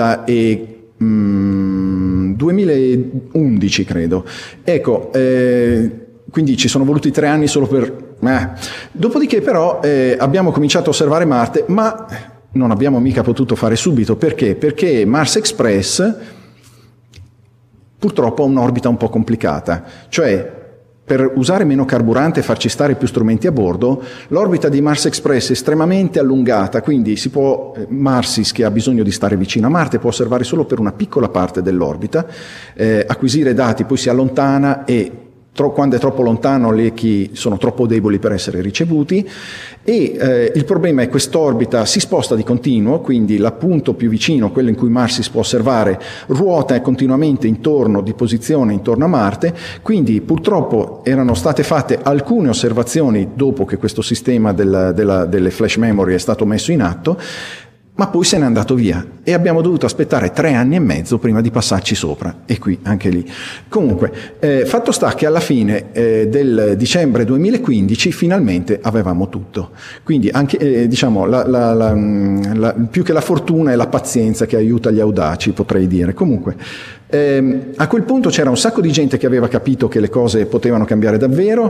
2011 credo. Ecco, quindi ci sono voluti 3 anni solo per... Dopodiché però abbiamo cominciato a osservare Marte, ma non abbiamo mica potuto fare subito. Perché? Perché Mars Express purtroppo ha un'orbita un po' complicata, cioè per usare meno carburante e farci stare più strumenti a bordo, l'orbita di Mars Express è estremamente allungata, quindi Marsis, che ha bisogno di stare vicino a Marte, può osservare solo per una piccola parte dell'orbita, acquisire dati, poi si allontana e quando è troppo lontano gli echi sono troppo deboli per essere ricevuti e il problema è che quest'orbita si sposta di continuo, quindi l'appunto più vicino, quello in cui Mars si può osservare, ruota continuamente di posizione intorno a Marte, quindi purtroppo erano state fatte alcune osservazioni dopo che questo sistema delle flash memory è stato messo in atto, ma poi se n'è andato via e abbiamo dovuto aspettare 3 anni e mezzo prima di passarci sopra, e qui anche lì. Comunque, fatto sta che alla fine del dicembre 2015 finalmente avevamo tutto. Quindi anche diciamo più che la fortuna è la pazienza che aiuta gli audaci, potrei dire. Comunque, a quel punto c'era un sacco di gente che aveva capito che le cose potevano cambiare davvero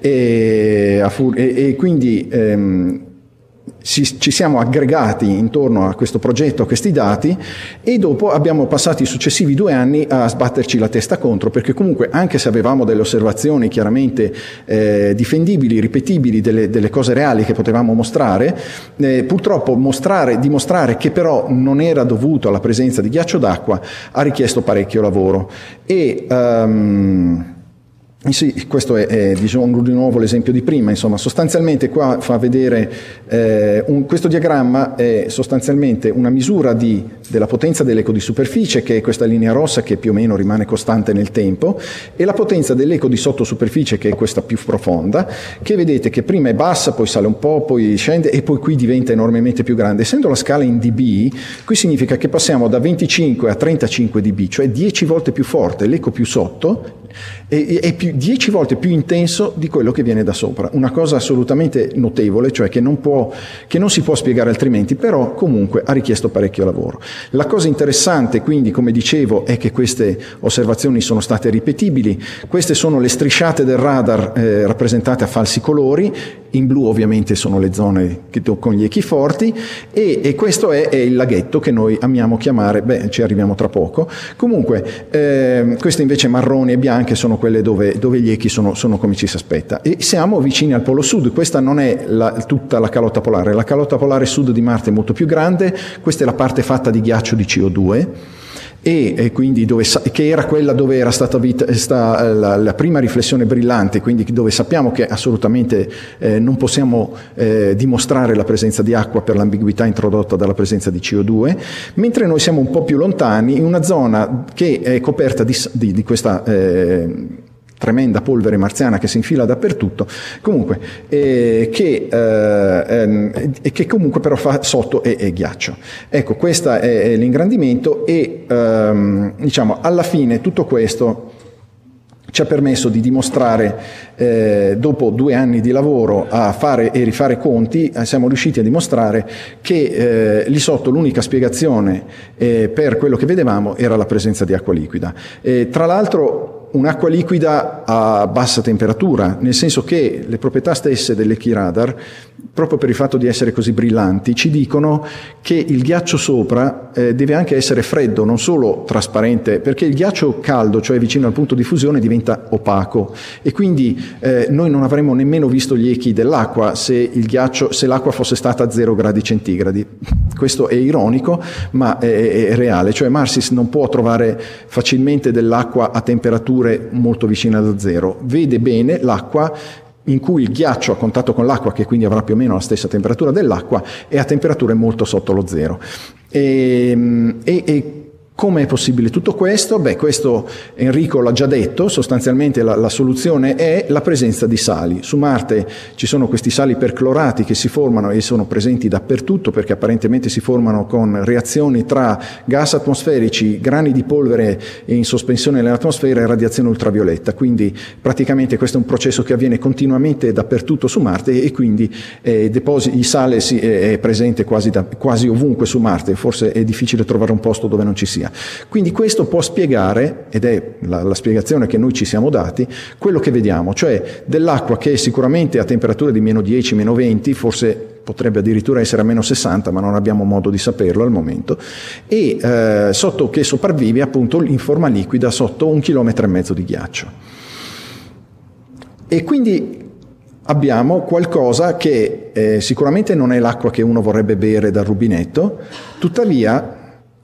e quindi ci siamo aggregati intorno a questo progetto, a questi dati, e dopo abbiamo passato i successivi 2 anni a sbatterci la testa contro, perché comunque anche se avevamo delle osservazioni chiaramente difendibili, ripetibili, delle cose reali che potevamo mostrare, purtroppo dimostrare che però non era dovuto alla presenza di ghiaccio d'acqua ha richiesto parecchio lavoro. Sì, questo è diciamo di nuovo l'esempio di prima, insomma, sostanzialmente qua fa vedere questo diagramma è sostanzialmente una misura della potenza dell'eco di superficie, che è questa linea rossa che più o meno rimane costante nel tempo, e la potenza dell'eco di sottosuperficie, che è questa più profonda, che vedete che prima è bassa, poi sale un po', poi scende e poi qui diventa enormemente più grande. Essendo la scala in dB, qui significa che passiamo da 25 a 35 dB, cioè 10 volte più forte l'eco più sotto, è 10 volte più intenso di quello che viene da sopra. Una cosa assolutamente notevole, cioè che non si può spiegare altrimenti, però comunque ha richiesto parecchio lavoro. La cosa interessante, quindi, come dicevo, è che queste osservazioni sono state ripetibili. Queste sono le strisciate del radar rappresentate a falsi colori. In blu ovviamente sono le zone con gli echi forti, e questo è il laghetto che noi amiamo chiamare, ci arriviamo tra poco. Comunque, queste invece marroni e bianche sono quelle dove gli echi sono come ci si aspetta, e siamo vicini al polo sud. Questa non è tutta la calotta polare. La calotta polare sud di Marte è molto più grande. Questa è la parte fatta di ghiaccio di CO2, e quindi che era quella dove era stata la prima riflessione brillante, quindi dove sappiamo che assolutamente non possiamo dimostrare la presenza di acqua per l'ambiguità introdotta dalla presenza di CO2, mentre noi siamo un po' più lontani in una zona che è coperta di questa tremenda polvere marziana che si infila dappertutto, comunque, che comunque però fa sotto è ghiaccio. Ecco, questo è l'ingrandimento, e diciamo alla fine tutto questo ci ha permesso di dimostrare, dopo 2 anni di lavoro a fare e rifare conti, siamo riusciti a dimostrare che lì sotto l'unica spiegazione per quello che vedevamo era la presenza di acqua liquida. Tra l'altro un'acqua liquida a bassa temperatura, nel senso che le proprietà stesse dell'Equiradar, proprio per il fatto di essere così brillanti, ci dicono che il ghiaccio sopra deve anche essere freddo, non solo trasparente, perché il ghiaccio caldo, cioè vicino al punto di fusione, diventa opaco e quindi noi non avremmo nemmeno visto gli echi dell'acqua se l'acqua fosse stata a 0 gradi centigradi. Questo è ironico, ma è reale, cioè Marsis non può trovare facilmente dell'acqua a temperature molto vicine allo zero, vede bene l'acqua in cui il ghiaccio a contatto con l'acqua, che quindi avrà più o meno la stessa temperatura dell'acqua, è a temperature molto sotto lo zero. E come è possibile tutto questo? Beh, questo Enrico l'ha già detto, sostanzialmente la soluzione è la presenza di sali. Su Marte ci sono questi sali perclorati che si formano e sono presenti dappertutto perché apparentemente si formano con reazioni tra gas atmosferici, grani di polvere in sospensione nell'atmosfera e radiazione ultravioletta. Quindi praticamente questo è un processo che avviene continuamente dappertutto su Marte e quindi il sale è presente quasi ovunque su Marte, forse è difficile trovare un posto dove non ci sia. Quindi questo può spiegare, ed è la spiegazione che noi ci siamo dati, quello che vediamo, cioè dell'acqua che sicuramente a temperature di meno 10, meno 20, forse potrebbe addirittura essere a meno 60, ma non abbiamo modo di saperlo al momento, e che sopravvive appunto in forma liquida sotto 1,5 chilometri di ghiaccio. E quindi abbiamo qualcosa che sicuramente non è l'acqua che uno vorrebbe bere dal rubinetto, tuttavia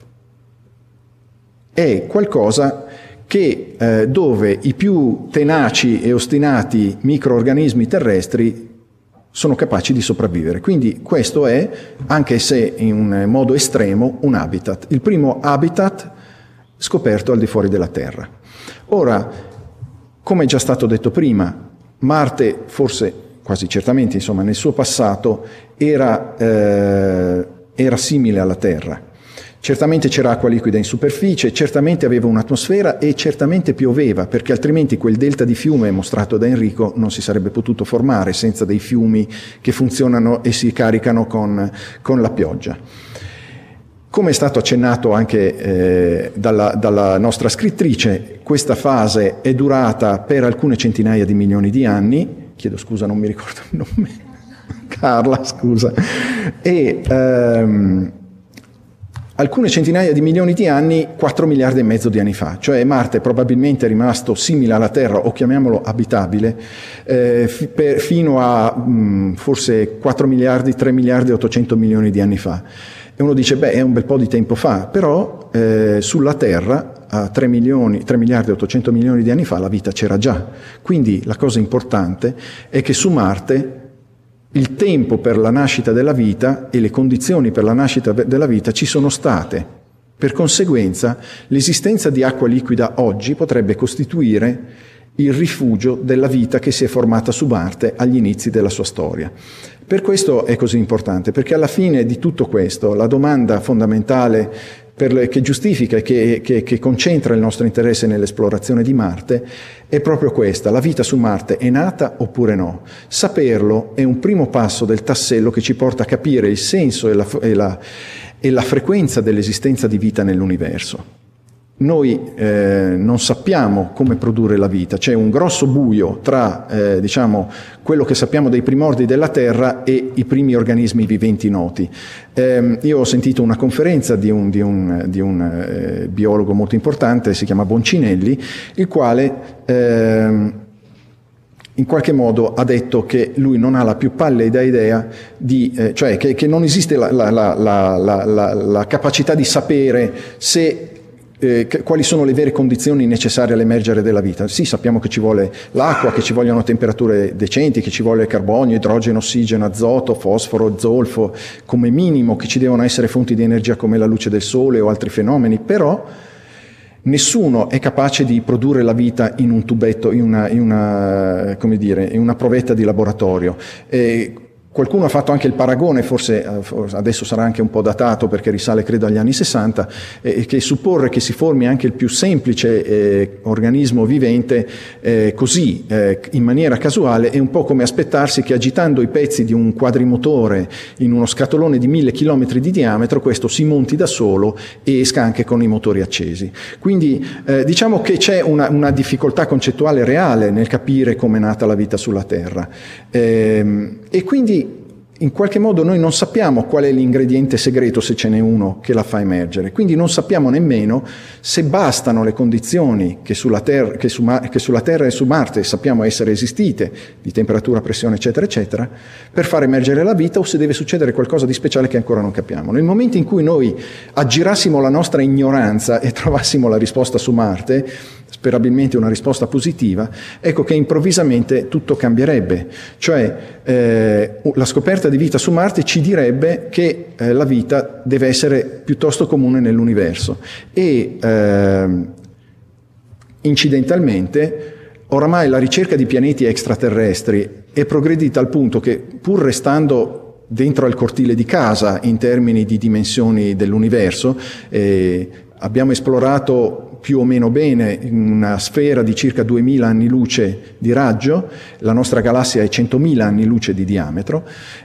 è qualcosa che dove i più tenaci e ostinati microorganismi terrestri sono capaci di sopravvivere. Quindi questo è, anche se in un modo estremo, un habitat. Il primo habitat scoperto al di fuori della Terra. Ora, come è già stato detto prima, Marte, forse quasi certamente, insomma, nel suo passato era simile alla Terra. Certamente c'era acqua liquida in superficie, certamente aveva un'atmosfera e certamente pioveva, perché altrimenti quel delta di fiume mostrato da Enrico non si sarebbe potuto formare senza dei fiumi che funzionano e si caricano con la pioggia. Come è stato accennato anche dalla nostra scrittrice, questa fase è durata per alcune centinaia di milioni di anni, chiedo scusa, non mi ricordo il nome, Carla, scusa, e alcune centinaia di milioni di anni, 4 miliardi e mezzo di anni fa, cioè Marte probabilmente è rimasto simile alla Terra, o chiamiamolo abitabile, fino a forse 4 miliardi, 3 miliardi e 800 milioni di anni fa. E uno dice, beh, è un bel po' di tempo fa, però sulla Terra a 3 miliardi e 800 milioni di anni fa la vita c'era già. Quindi la cosa importante è che su Marte il tempo per la nascita della vita e le condizioni per la nascita della vita ci sono state. Per conseguenza, l'esistenza di acqua liquida oggi potrebbe costituire il rifugio della vita che si è formata su Marte agli inizi della sua storia. Per questo è così importante, perché alla fine di tutto questo, la domanda fondamentale che giustifica e che concentra il nostro interesse nell'esplorazione di Marte è proprio questa: la vita su Marte è nata oppure no? Saperlo è un primo passo del tassello che ci porta a capire il senso e la frequenza dell'esistenza di vita nell'universo. Noi non sappiamo come produrre la vita, c'è un grosso buio tra quello che sappiamo dei primordi della Terra e i primi organismi viventi noti. Io ho sentito una conferenza di un biologo molto importante, si chiama Boncinelli, il quale in qualche modo ha detto che lui non ha la più pallida idea cioè che non esiste la capacità di sapere se quali sono le vere condizioni necessarie all'emergere della vita. Sì, sappiamo che ci vuole l'acqua, che ci vogliono temperature decenti, che ci vuole carbonio, idrogeno, ossigeno, azoto, fosforo, zolfo, come minimo che ci devono essere fonti di energia come la luce del sole o altri fenomeni, però nessuno è capace di produrre la vita in un tubetto, in una provetta di laboratorio. Qualcuno ha fatto anche il paragone, forse adesso sarà anche un po' datato perché risale credo agli anni 60, che supporre che si formi anche il più semplice organismo vivente così, in maniera casuale, è un po' come aspettarsi che agitando i pezzi di un quadrimotore in uno scatolone di 1000 km di diametro, questo si monti da solo e esca anche con i motori accesi. Quindi diciamo che c'è una difficoltà concettuale reale nel capire come è nata la vita sulla Terra. E quindi in qualche modo noi non sappiamo qual è l'ingrediente segreto, se ce n'è uno, che la fa emergere. Quindi non sappiamo nemmeno se bastano le condizioni che sulla Terra e su Marte sappiamo essere esistite, di temperatura, pressione, eccetera, eccetera, per far emergere la vita, o se deve succedere qualcosa di speciale che ancora non capiamo. Nel momento in cui noi aggirassimo la nostra ignoranza e trovassimo la risposta su Marte, sperabilmente una risposta positiva, ecco che improvvisamente tutto cambierebbe. Cioè la scoperta di vita su Marte ci direbbe che la vita deve essere piuttosto comune nell'universo e incidentalmente oramai la ricerca di pianeti extraterrestri è progredita al punto che, pur restando dentro al cortile di casa in termini di dimensioni dell'universo, abbiamo esplorato più o meno bene una sfera di circa 2000 anni luce di raggio, la nostra galassia è 100.000 anni luce di diametro,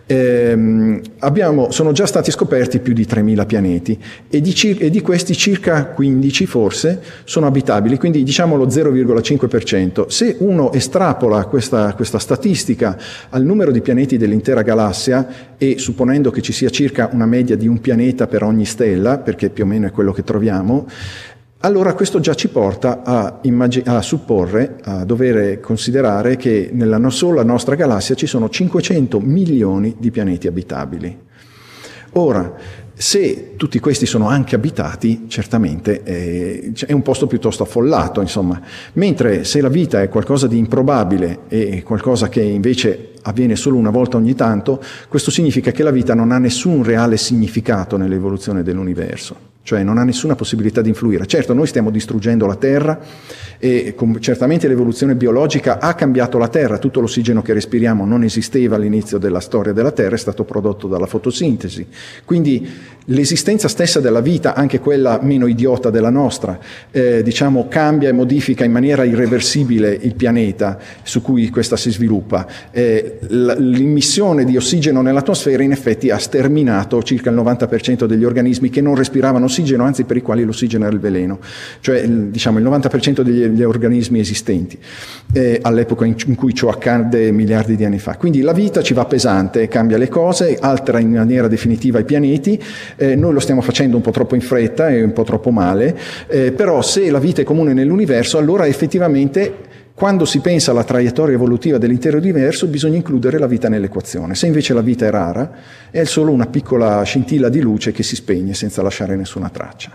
sono già stati scoperti più di 3000 pianeti e di questi circa 15 forse sono abitabili, quindi diciamo lo 0,5%. Se uno estrapola questa statistica al numero di pianeti dell'intera galassia e supponendo che ci sia circa una media di un pianeta per ogni stella, perché più o meno è quello che troviamo, allora questo già ci porta a supporre, a dover considerare che nella sola nostra galassia ci sono 500 milioni di pianeti abitabili. Ora, se tutti questi sono anche abitati, certamente è un posto piuttosto affollato, insomma. Mentre se la vita è qualcosa di improbabile e qualcosa che invece avviene solo una volta ogni tanto, questo significa che la vita non ha nessun reale significato nell'evoluzione dell'universo. Cioè non ha nessuna possibilità di influire. Certo, noi stiamo distruggendo la Terra e certamente l'evoluzione biologica ha cambiato la Terra. Tutto l'ossigeno che respiriamo non esisteva all'inizio della storia della Terra, è stato prodotto dalla fotosintesi. Quindi l'esistenza stessa della vita, anche quella meno idiota della nostra, diciamo cambia e modifica in maniera irreversibile il pianeta su cui questa si sviluppa. L'immissione di ossigeno nell'atmosfera in effetti ha sterminato circa il 90% degli organismi che non respiravano ossigeno, anzi per i quali l'ossigeno era il veleno, cioè diciamo il 90% degli organismi esistenti all'epoca in cui ciò accadde miliardi di anni fa. Quindi la vita ci va pesante, cambia le cose, altera in maniera definitiva i pianeti. Noi lo stiamo facendo un po' troppo in fretta e un po' troppo male, però se la vita è comune nell'universo, allora effettivamente quando si pensa alla traiettoria evolutiva dell'intero universo bisogna includere la vita nell'equazione. Se invece la vita è rara, è solo una piccola scintilla di luce che si spegne senza lasciare nessuna traccia.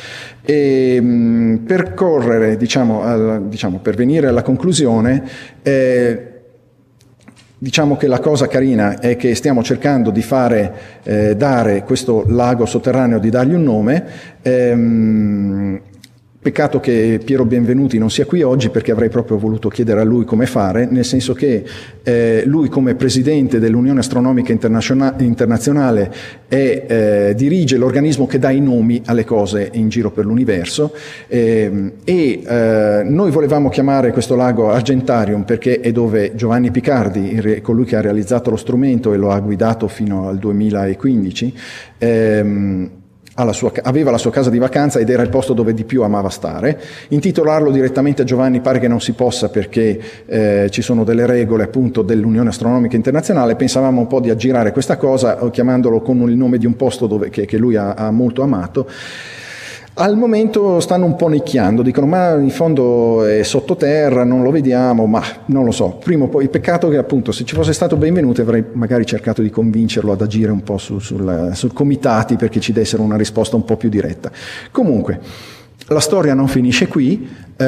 E per correre, per venire alla conclusione, diciamo che la cosa carina è che stiamo cercando di dare questo lago sotterraneo, di dargli un nome. Peccato che Piero Benvenuti non sia qui oggi, perché avrei proprio voluto chiedere a lui come fare, nel senso che lui come presidente dell'Unione Astronomica Internazionale dirige l'organismo che dà i nomi alle cose in giro per l'universo noi volevamo chiamare questo lago Argentarium perché è dove Giovanni Picardi, colui che ha realizzato lo strumento e lo ha guidato fino al 2015, aveva la sua casa di vacanza ed era il posto dove di più amava stare. Intitolarlo direttamente a Giovanni pare che non si possa, perché ci sono delle regole appunto dell'Unione Astronomica Internazionale. Pensavamo un po' di aggirare questa cosa chiamandolo con il nome di un posto che lui ha molto amato. Al momento stanno un po' nicchiando, dicono ma in fondo è sottoterra, non lo vediamo, ma non lo so. Prima o poi, peccato che appunto se ci fosse stato Benvenuto avrei magari cercato di convincerlo ad agire un po' sul comitati perché ci dessero una risposta un po' più diretta. Comunque, la storia non finisce qui.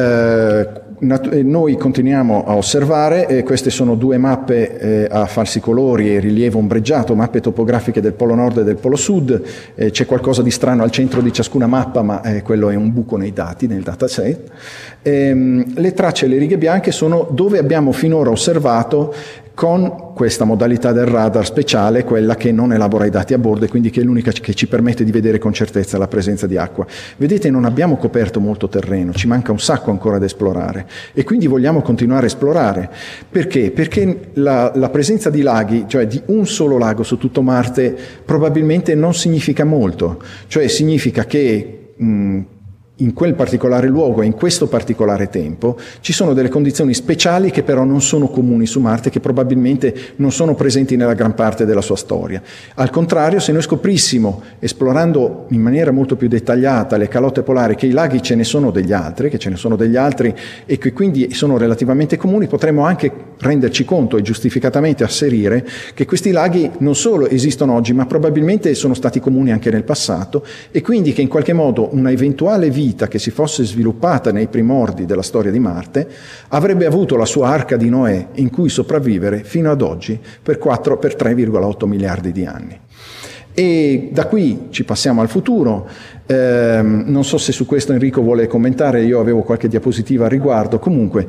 Noi continuiamo a osservare, queste sono due mappe a falsi colori e rilievo ombreggiato, mappe topografiche del Polo Nord e del Polo Sud. C'è qualcosa di strano al centro di ciascuna mappa, ma quello è un buco nei dati, nel dataset. Le tracce e le righe bianche sono dove abbiamo finora osservato con questa modalità del radar speciale, quella che non elabora i dati a bordo e quindi che è l'unica che ci permette di vedere con certezza la presenza di acqua. Vedete, non abbiamo coperto molto terreno, ci manca un sacco ancora da esplorare e quindi vogliamo continuare a esplorare. Perché? Perché la presenza di laghi, cioè di un solo lago su tutto Marte, probabilmente non significa molto, cioè significa che in quel particolare luogo e in questo particolare tempo ci sono delle condizioni speciali che però non sono comuni su Marte, che probabilmente non sono presenti nella gran parte della sua storia. Al contrario, se noi scoprissimo, esplorando in maniera molto più dettagliata le calotte polari, che i laghi ce ne sono degli altri, e che quindi sono relativamente comuni, potremmo anche renderci conto e giustificatamente asserire che questi laghi non solo esistono oggi, ma probabilmente sono stati comuni anche nel passato, e quindi che in qualche modo una eventuale vita che si fosse sviluppata nei primordi della storia di Marte avrebbe avuto la sua arca di Noè in cui sopravvivere fino ad oggi per 3,8 miliardi di anni. E da qui ci passiamo al futuro. Non so se su questo Enrico vuole commentare, io avevo qualche diapositiva al riguardo. Comunque,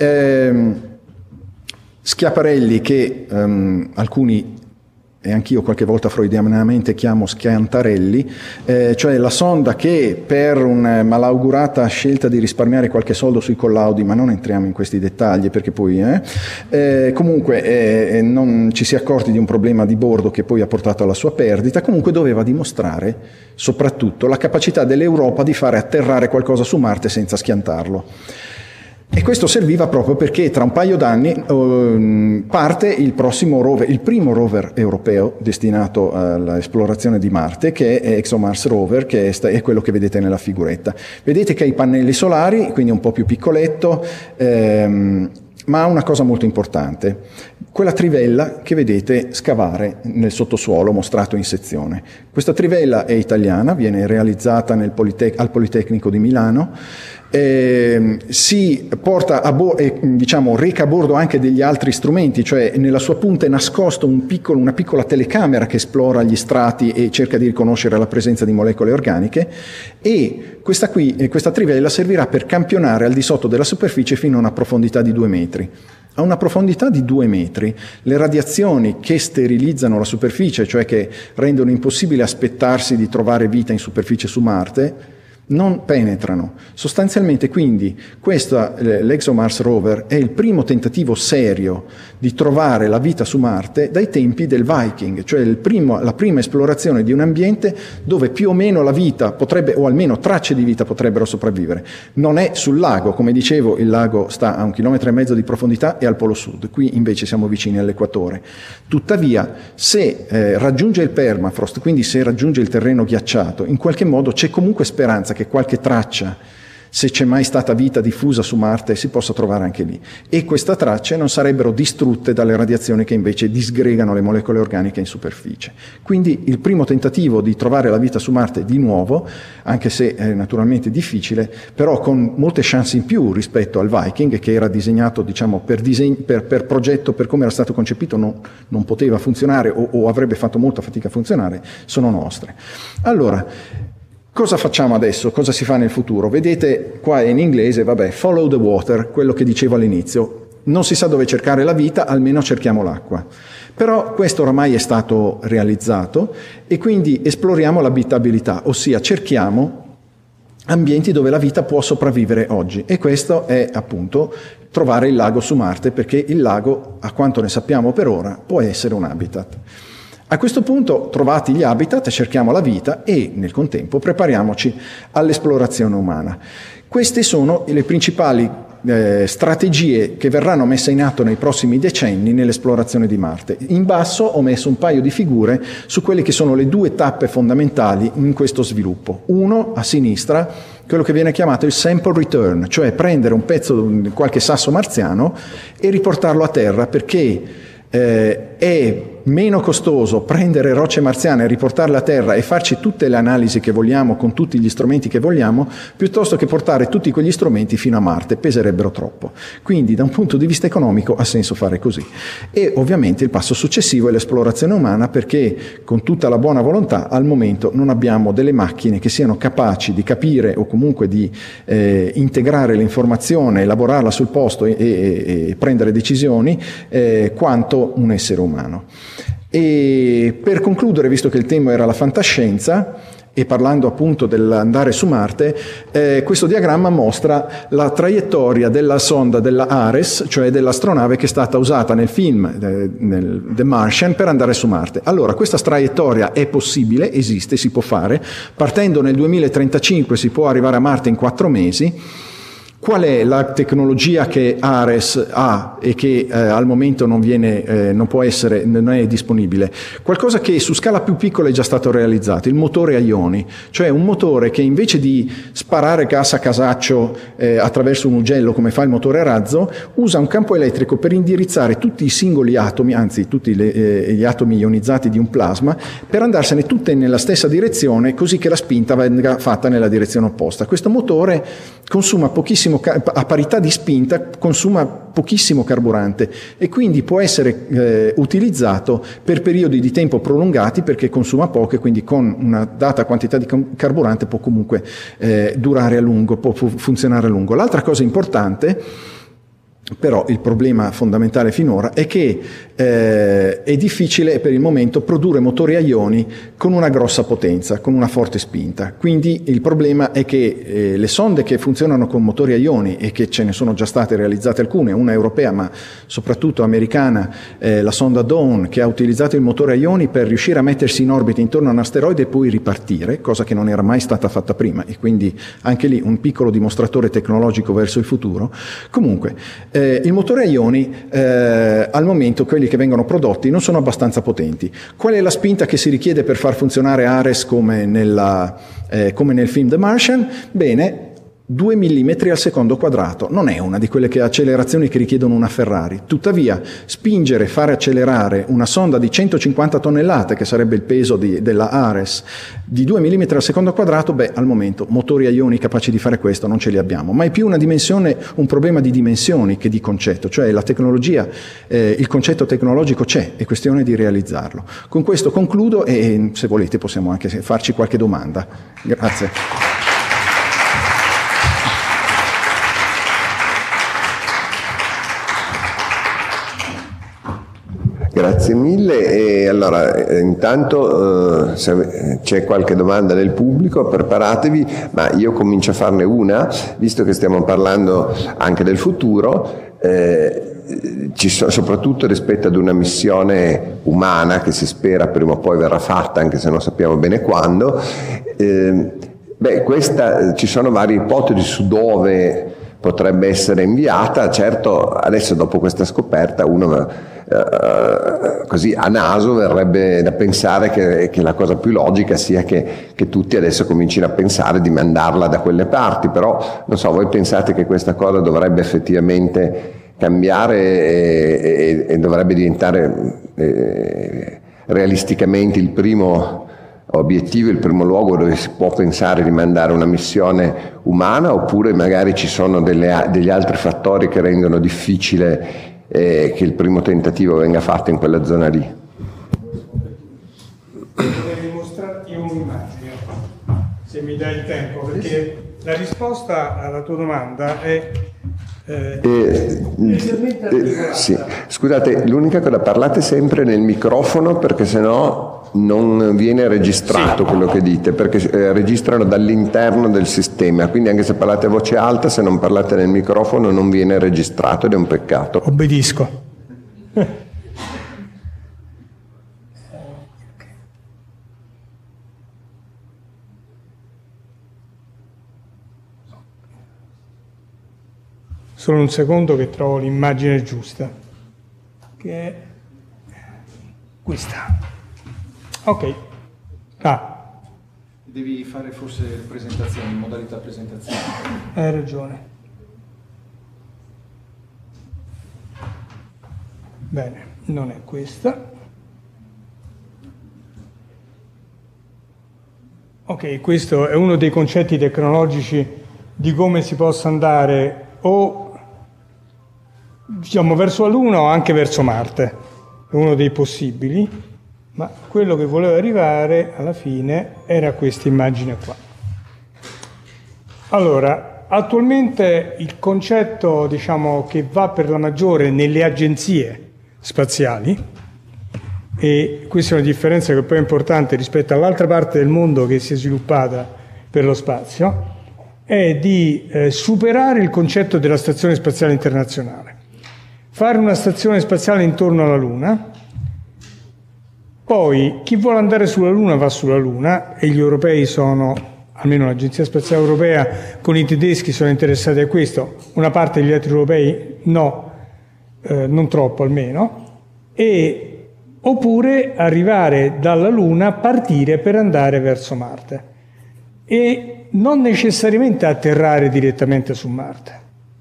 Schiaparelli, che alcuni e anch'io qualche volta freudianamente chiamo Schiantarelli, cioè la sonda che per una malaugurata scelta di risparmiare qualche soldo sui collaudi, ma non entriamo in questi dettagli perché poi comunque non ci si è accorti di un problema di bordo che poi ha portato alla sua perdita, comunque doveva dimostrare soprattutto la capacità dell'Europa di fare atterrare qualcosa su Marte senza schiantarlo. E questo serviva proprio perché tra un paio d'anni parte il primo rover europeo destinato all'esplorazione di Marte, che è ExoMars Rover, che è quello che vedete nella figuretta. Vedete che ha i pannelli solari, quindi è un po' più piccoletto, ma ha una cosa molto importante, quella trivella che vedete scavare nel sottosuolo mostrato in sezione. Questa trivella è italiana, viene realizzata al Politecnico di Milano, si porta reca a bordo anche degli altri strumenti, cioè nella sua punta è nascosto una piccola telecamera che esplora gli strati e cerca di riconoscere la presenza di molecole organiche, e questa trivella servirà per campionare al di sotto della superficie fino a una profondità di 2 metri. A una profondità di 2 metri, le radiazioni che sterilizzano la superficie, cioè che rendono impossibile aspettarsi di trovare vita in superficie su Marte, non penetrano. Sostanzialmente quindi l'ExoMars Rover è il primo tentativo serio di trovare la vita su Marte dai tempi del Viking, cioè la prima esplorazione di un ambiente dove più o meno la vita potrebbe, o almeno tracce di vita potrebbero sopravvivere. Non è sul lago, come dicevo, il lago sta a 1,5 km di profondità e al polo sud, qui invece siamo vicini all'equatore. Tuttavia, se raggiunge il permafrost, quindi se raggiunge il terreno ghiacciato, in qualche modo c'è comunque speranza che qualche traccia, se c'è mai stata vita diffusa su Marte, si possa trovare anche lì. E queste tracce non sarebbero distrutte dalle radiazioni che invece disgregano le molecole organiche in superficie. Quindi il primo tentativo di trovare la vita su Marte di nuovo, anche se è naturalmente difficile, però con molte chance in più rispetto al Viking, che era disegnato per progetto, per come era stato concepito, non poteva funzionare o avrebbe fatto molta fatica a funzionare, sono nostre. Allora, cosa facciamo adesso? Cosa si fa nel futuro? Vedete, qua è in inglese, follow the water, quello che dicevo all'inizio. Non si sa dove cercare la vita, almeno cerchiamo l'acqua. Però questo oramai è stato realizzato e quindi esploriamo l'abitabilità, ossia cerchiamo ambienti dove la vita può sopravvivere oggi. E questo è appunto trovare il lago su Marte, perché il lago, a quanto ne sappiamo per ora, può essere un habitat. A questo punto, trovati gli habitat, cerchiamo la vita e nel contempo prepariamoci all'esplorazione umana. Queste sono le principali strategie che verranno messe in atto nei prossimi decenni nell'esplorazione di Marte. In basso ho messo un paio di figure su quelle che sono le 2 tappe fondamentali in questo sviluppo. Uno, a sinistra, quello che viene chiamato il sample return, cioè prendere un pezzo di qualche sasso marziano e riportarlo a terra, perché è meno costoso prendere rocce marziane, riportarle a terra e farci tutte le analisi che vogliamo con tutti gli strumenti che vogliamo, piuttosto che portare tutti quegli strumenti fino a Marte, peserebbero troppo. Quindi da un punto di vista economico ha senso fare così. E ovviamente il passo successivo è l'esplorazione umana, perché con tutta la buona volontà al momento non abbiamo delle macchine che siano capaci di capire o comunque di integrare l'informazione, elaborarla sul posto e prendere decisioni quanto un essere umano. E per concludere, visto che il tema era la fantascienza e parlando appunto dell'andare su Marte, questo diagramma mostra la traiettoria della sonda della Ares, cioè dell'astronave che è stata usata nel film The Martian per andare su Marte. Allora, questa traiettoria è possibile, esiste, si può fare. Partendo nel 2035 si può arrivare a Marte in 4 mesi. Qual è la tecnologia che Ares ha e che al momento non è disponibile? Qualcosa che su scala più piccola è già stato realizzato, il motore a ioni, cioè un motore che invece di sparare gas a casaccio attraverso un ugello come fa il motore a razzo, usa un campo elettrico per indirizzare tutti i singoli atomi, anzi tutti gli atomi ionizzati di un plasma, per andarsene tutte nella stessa direzione, così che la spinta venga fatta nella direzione opposta. Questo motore consuma pochissimo, a parità di spinta consuma pochissimo carburante e quindi può essere utilizzato per periodi di tempo prolungati, perché consuma poco e quindi con una data quantità di carburante può comunque durare a lungo, può funzionare a lungo. L'altra cosa importante, però il problema fondamentale finora, è che è difficile per il momento produrre motori a ioni con una grossa potenza, con una forte spinta. Quindi il problema è che le sonde che funzionano con motori a ioni, e che ce ne sono già state realizzate alcune, una europea ma soprattutto americana, la sonda Dawn, che ha utilizzato il motore a ioni per riuscire a mettersi in orbita intorno a un asteroide e poi ripartire, cosa che non era mai stata fatta prima, e quindi anche lì un piccolo dimostratore tecnologico verso il futuro. Comunque il motore a ioni al momento, quelli che vengono prodotti, non sono abbastanza potenti. Qual è la spinta che si richiede per far funzionare Ares come nel film The Martian? Bene, 2 mm al secondo quadrato. Non è una di quelle accelerazioni che richiedono una Ferrari. Tuttavia, fare accelerare una sonda di 150 tonnellate, che sarebbe il peso della Ares, di 2 mm al secondo quadrato, al momento motori a ioni capaci di fare questo non ce li abbiamo. Ma è più un problema di dimensioni che di concetto, cioè la tecnologia, il concetto tecnologico c'è, è questione di realizzarlo. Con questo concludo e se volete possiamo anche farci qualche domanda. Grazie. Grazie mille. E allora intanto se c'è qualche domanda del pubblico preparatevi, ma io comincio a farne una, visto che stiamo parlando anche del futuro, soprattutto rispetto ad una missione umana che si spera prima o poi verrà fatta, anche se non sappiamo bene quando. Ci sono varie ipotesi su dove potrebbe essere inviata. Certo, adesso dopo questa scoperta uno così a naso verrebbe da pensare che la cosa più logica sia che tutti adesso comincino a pensare di mandarla da quelle parti, però non so, voi pensate che questa cosa dovrebbe effettivamente cambiare e dovrebbe diventare realisticamente il primo obiettivo, il primo luogo dove si può pensare di mandare una missione umana, oppure magari ci sono degli altri fattori che rendono difficile che il primo tentativo venga fatto in quella zona lì? Devo mostrarti un'immagine, se mi dai il tempo, perché la risposta alla tua domanda è sì. Scusate, l'unica cosa, parlate sempre nel microfono perché sennò non viene registrato quello che dite, perché registrano dall'interno del sistema, quindi anche se parlate a voce alta, se non parlate nel microfono non viene registrato ed è un peccato. Obbedisco. Solo un secondo che trovo l'immagine giusta, che è questa. Ok. Devi fare forse presentazioni, modalità presentazione. Hai ragione. Bene, non è questa. Ok, questo è uno dei concetti tecnologici di come si possa andare o diciamo verso la Luna o anche verso Marte, è uno dei possibili, ma quello che volevo arrivare alla fine era questa immagine qua. Allora, attualmente il concetto, diciamo, che va per la maggiore nelle agenzie spaziali, e questa è una differenza che poi è importante rispetto all'altra parte del mondo che si è sviluppata per lo spazio, è di superare il concetto della Stazione Spaziale Internazionale. Fare una stazione spaziale intorno alla Luna, poi chi vuole andare sulla Luna va sulla Luna, e gli europei sono, almeno l'Agenzia Spaziale Europea con i tedeschi sono interessati a questo, una parte degli altri europei no, non troppo almeno, oppure arrivare dalla Luna, partire per andare verso Marte e non necessariamente atterrare direttamente su Marte,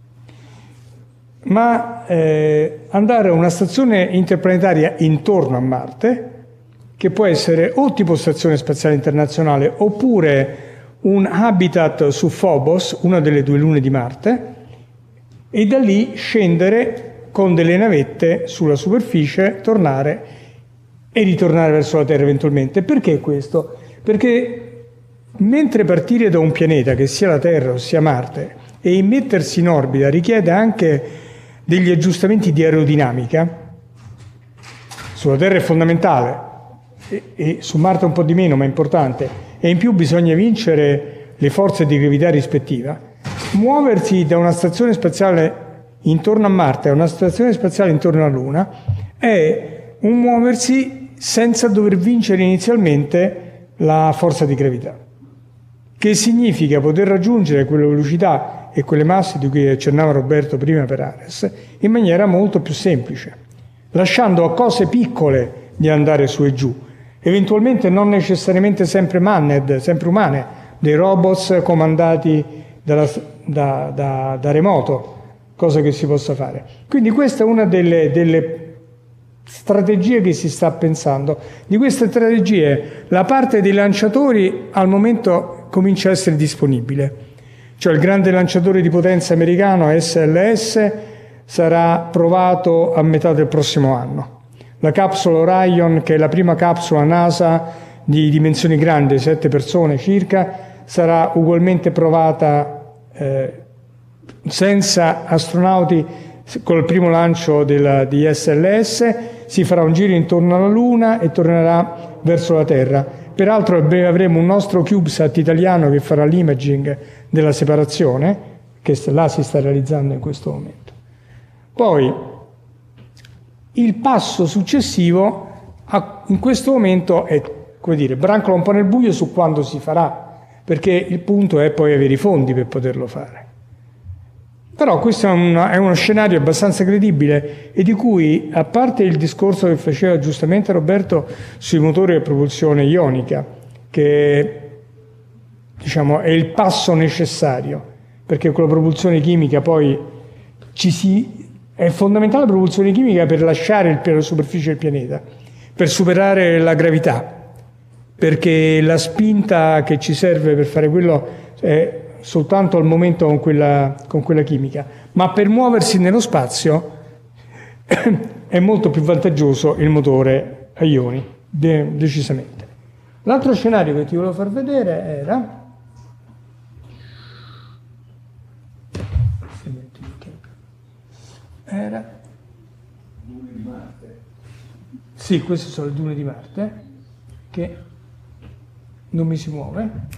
ma andare a una stazione interplanetaria intorno a Marte, che può essere o tipo Stazione Spaziale Internazionale oppure un habitat su Phobos, una delle due lune di Marte, e da lì scendere con delle navette sulla superficie, tornare e ritornare verso la Terra eventualmente. Perché questo? Perché mentre partire da un pianeta, che sia la Terra o sia Marte, e immettersi in orbita richiede anche degli aggiustamenti di aerodinamica, sulla Terra è fondamentale e su Marte un po' di meno, ma è importante, e in più bisogna vincere le forze di gravità rispettiva. Muoversi da una stazione spaziale intorno a Marte a una stazione spaziale intorno alla Luna è un muoversi senza dover vincere inizialmente la forza di gravità, che significa poter raggiungere quelle velocità e quelle masse di cui accennava Roberto prima per Ares in maniera molto più semplice, lasciando a cose piccole di andare su e giù, eventualmente non necessariamente sempre manned, sempre umane, dei robots comandati da remoto, cosa che si possa fare. Quindi questa è una delle strategie che si sta pensando. Di queste strategie la parte dei lanciatori al momento comincia a essere disponibile, cioè il grande lanciatore di potenza americano SLS sarà provato a metà del prossimo anno. La capsula Orion, che è la prima capsula NASA di dimensioni grandi, 7 persone circa, sarà ugualmente provata senza astronauti col primo lancio di SLS, si farà un giro intorno alla Luna e tornerà verso la Terra. Peraltro avremo un nostro CubeSat italiano che farà l'imaging della separazione, che là si sta realizzando in questo momento. Poi il passo successivo in questo momento è, come dire, brancola un po' nel buio su quando si farà, perché il punto è poi avere i fondi per poterlo fare. Però questo è uno scenario abbastanza credibile e di cui, a parte il discorso che faceva giustamente Roberto sui motori a propulsione ionica, che diciamo è il passo necessario, perché con la propulsione chimica poi è fondamentale la propulsione chimica per lasciare la superficie del pianeta, per superare la gravità, perché la spinta che ci serve per fare quello è soltanto al momento con quella chimica, ma per muoversi nello spazio è molto più vantaggioso il motore a ioni, decisamente. L'altro scenario che ti volevo far vedere era sì, queste sono le dune di Marte, che non mi si muove.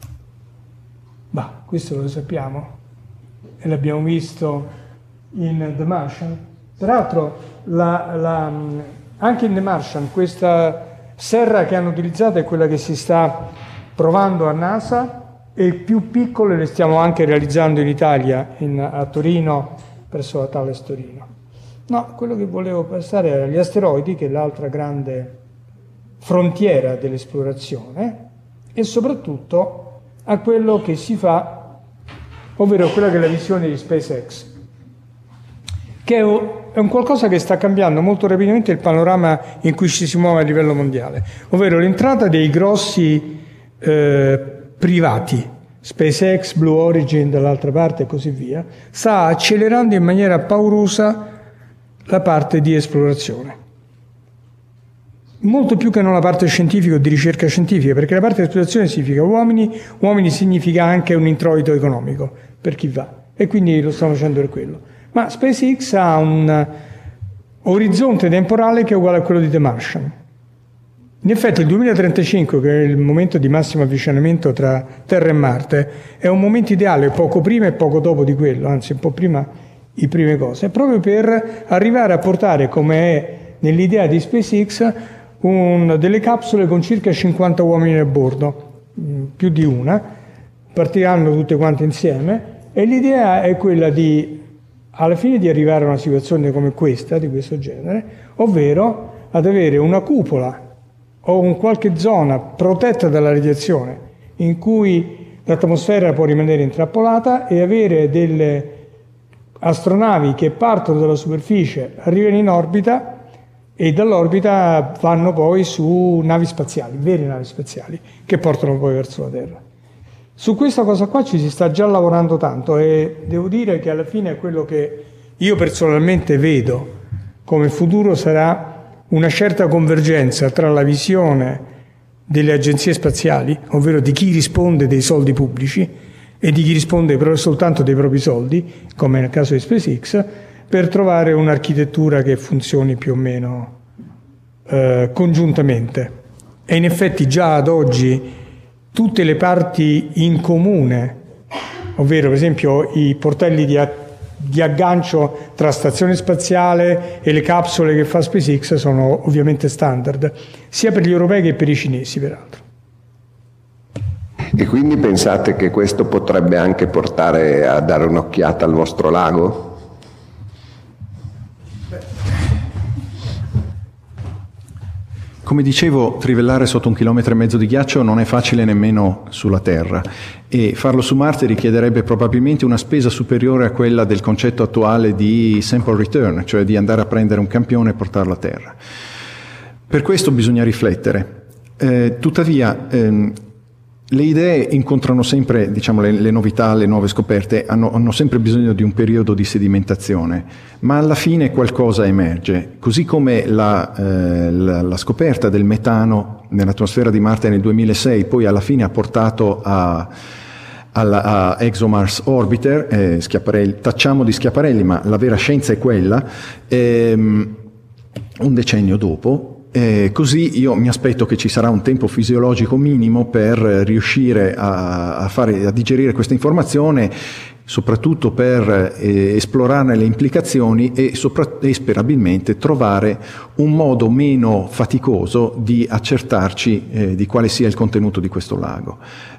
Ma questo lo sappiamo e l'abbiamo visto in The Martian. Peraltro anche in The Martian questa serra che hanno utilizzato è quella che si sta provando a NASA, e più piccole le stiamo anche realizzando in Italia, a Torino, presso la Thales Torino. No, quello che volevo passare era gli asteroidi, che è l'altra grande frontiera dell'esplorazione, e soprattutto a quello che si fa, ovvero quella che è la visione di SpaceX, che è un qualcosa che sta cambiando molto rapidamente il panorama in cui ci si muove a livello mondiale, ovvero l'entrata dei grossi privati, SpaceX, Blue Origin dall'altra parte e così via, sta accelerando in maniera paurosa la parte di esplorazione. Molto più che non la parte scientifica o di ricerca scientifica, perché la parte di esplorazione significa uomini significa anche un introito economico per chi va, e quindi lo stanno facendo per quello. Ma SpaceX ha un orizzonte temporale che è uguale a quello di The Martian. In effetti il 2035, che è il momento di massimo avvicinamento tra Terra e Marte, è un momento ideale, poco prima e poco dopo di quello, anzi un po' prima di prime cose, proprio per arrivare a portare, come è nell'idea di SpaceX, delle capsule con circa 50 uomini a bordo, più di una, partiranno tutte quante insieme, e l'idea è quella di, alla fine, di arrivare a una situazione come questa, di questo genere, ovvero ad avere una cupola o un qualche zona protetta dalla radiazione in cui l'atmosfera può rimanere intrappolata, e avere delle astronavi che partono dalla superficie, arrivano in orbita e dall'orbita vanno poi su navi spaziali, vere navi spaziali, che portano poi verso la Terra. Su questa cosa qua ci si sta già lavorando tanto, e devo dire che alla fine quello che io personalmente vedo come futuro sarà una certa convergenza tra la visione delle agenzie spaziali, ovvero di chi risponde dei soldi pubblici e di chi risponde però soltanto dei propri soldi, come nel caso di SpaceX, per trovare un'architettura che funzioni più o meno congiuntamente. E in effetti già ad oggi tutte le parti in comune, ovvero per esempio i portelli di aggancio tra stazione spaziale e le capsule che fa SpaceX, sono ovviamente standard, sia per gli europei che per i cinesi, peraltro. E quindi pensate che questo potrebbe anche portare a dare un'occhiata al vostro lago? Come dicevo, trivellare sotto 1,5 chilometri di ghiaccio non è facile nemmeno sulla Terra, e farlo su Marte richiederebbe probabilmente una spesa superiore a quella del concetto attuale di sample return, cioè di andare a prendere un campione e portarlo a Terra. Per questo bisogna riflettere. Tuttavia, le idee incontrano sempre, diciamo, le novità, le nuove scoperte, hanno sempre bisogno di un periodo di sedimentazione, ma alla fine qualcosa emerge. Così come la scoperta del metano nell'atmosfera di Marte nel 2006 poi alla fine ha portato a ExoMars Orbiter, tacciamo di Schiaparelli, ma la vera scienza è quella, un decennio dopo. Così io mi aspetto che ci sarà un tempo fisiologico minimo per riuscire a digerire questa informazione, soprattutto per esplorarne le implicazioni e sperabilmente trovare un modo meno faticoso di accertarci di quale sia il contenuto di questo lago.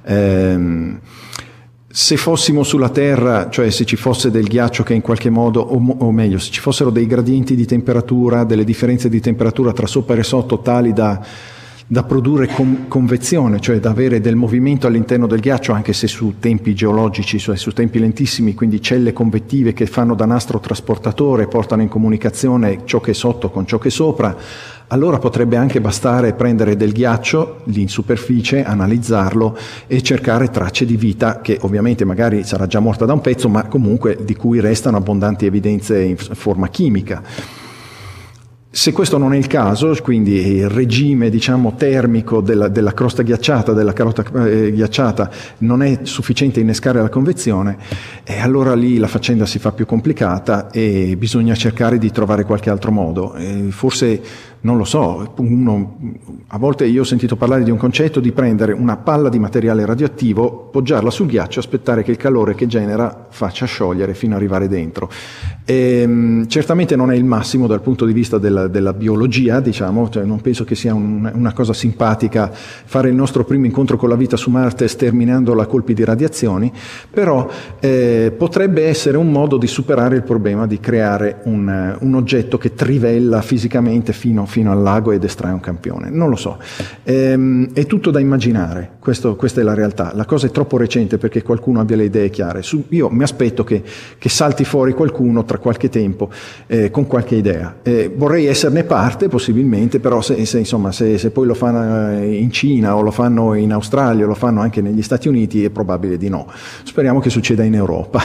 Se fossimo sulla Terra, cioè se ci fosse del ghiaccio che in qualche modo, o meglio, se ci fossero dei gradienti di temperatura, delle differenze di temperatura tra sopra e sotto tali da produrre convezione, cioè da avere del movimento all'interno del ghiaccio, anche se su tempi geologici, cioè su tempi lentissimi, quindi celle convettive che fanno da nastro trasportatore, portano in comunicazione ciò che è sotto con ciò che è sopra, allora potrebbe anche bastare prendere del ghiaccio lì in superficie, analizzarlo e cercare tracce di vita che ovviamente magari sarà già morta da un pezzo, ma comunque di cui restano abbondanti evidenze in forma chimica. Se questo non è il caso, quindi il regime, diciamo, termico della crosta ghiacciata, della carota ghiacciata, non è sufficiente a innescare la convezione, e allora lì la faccenda si fa più complicata e bisogna cercare di trovare qualche altro modo. Forse, non lo so, a volte io ho sentito parlare di un concetto di prendere una palla di materiale radioattivo, poggiarla sul ghiaccio, aspettare che il calore che genera faccia sciogliere fino ad arrivare dentro. Certamente non è il massimo dal punto di vista della biologia, diciamo, cioè non penso che sia una cosa simpatica fare il nostro primo incontro con la vita su Marte sterminandola a colpi di radiazioni, però potrebbe essere un modo di superare il problema di creare un oggetto che trivella fisicamente fino fino al lago ed estrae un campione. Non lo so, è tutto da immaginare, questa è la realtà. La cosa è troppo recente perché qualcuno abbia le idee chiare. Io mi aspetto che salti fuori qualcuno tra qualche tempo con qualche idea. Vorrei esserne parte possibilmente, però se poi lo fanno in Cina o lo fanno in Australia o lo fanno anche negli Stati Uniti è probabile di no. Speriamo che succeda in Europa.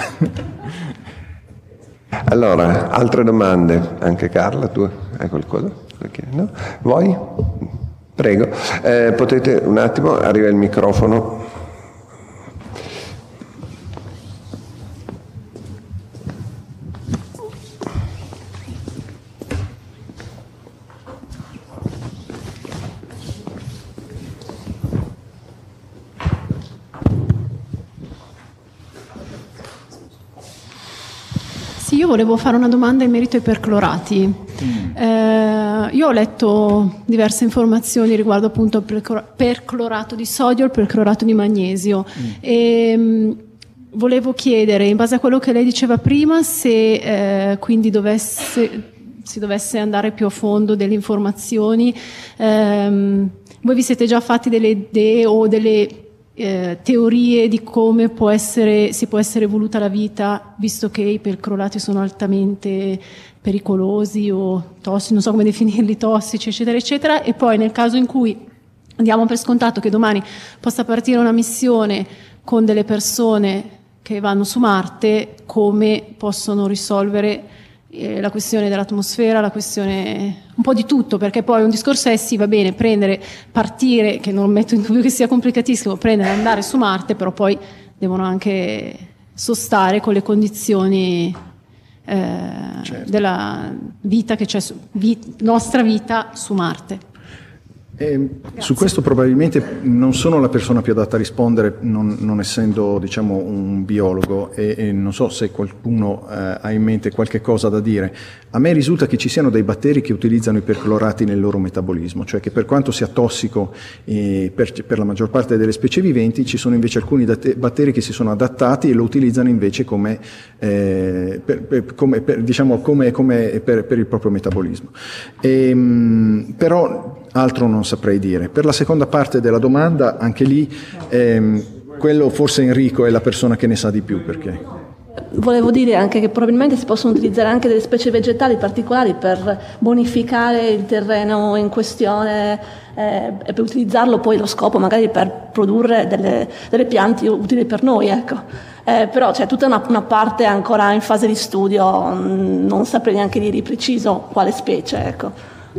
Allora, altre domande? Anche Carla, tu hai qualcosa? No? Vuoi? Prego. Potete un attimo, arriva il microfono. Io volevo fare una domanda in merito ai perclorati. Io ho letto diverse informazioni riguardo appunto al perclorato di sodio e il perclorato di magnesio e volevo chiedere, in base a quello che lei diceva prima, se quindi si dovesse andare più a fondo delle informazioni, voi vi siete già fatti delle idee o delle teorie di come si può essere evoluta la vita, visto che i perclorati sono altamente pericolosi o tossici, non so come definirli, tossici, eccetera, eccetera, e poi nel caso in cui diamo per scontato che domani possa partire una missione con delle persone che vanno su Marte, come possono risolvere la questione dell'atmosfera, la questione un po' di tutto, perché poi un discorso è sì, va bene, partire, che non metto in dubbio che sia complicatissimo, andare su Marte, però poi devono anche sostare con le condizioni certo, della vita che c'è nostra vita su Marte. Su questo probabilmente non sono la persona più adatta a rispondere, non essendo diciamo un biologo, e non so se qualcuno ha in mente qualche cosa da dire. A me risulta che ci siano dei batteri che utilizzano i perclorati nel loro metabolismo, cioè che per quanto sia tossico per la maggior parte delle specie viventi, ci sono invece alcuni batteri che si sono adattati e lo utilizzano invece come per il proprio metabolismo. Però altro non saprei dire. Per la seconda parte della domanda, anche lì, quello forse Enrico è la persona che ne sa di più, perché... Volevo dire anche che probabilmente si possono utilizzare anche delle specie vegetali particolari per bonificare il terreno in questione e per utilizzarlo poi lo scopo magari per produrre delle piante utili per noi, ecco. Però c'è tutta una parte ancora in fase di studio, non saprei neanche dire di preciso quale specie, ecco.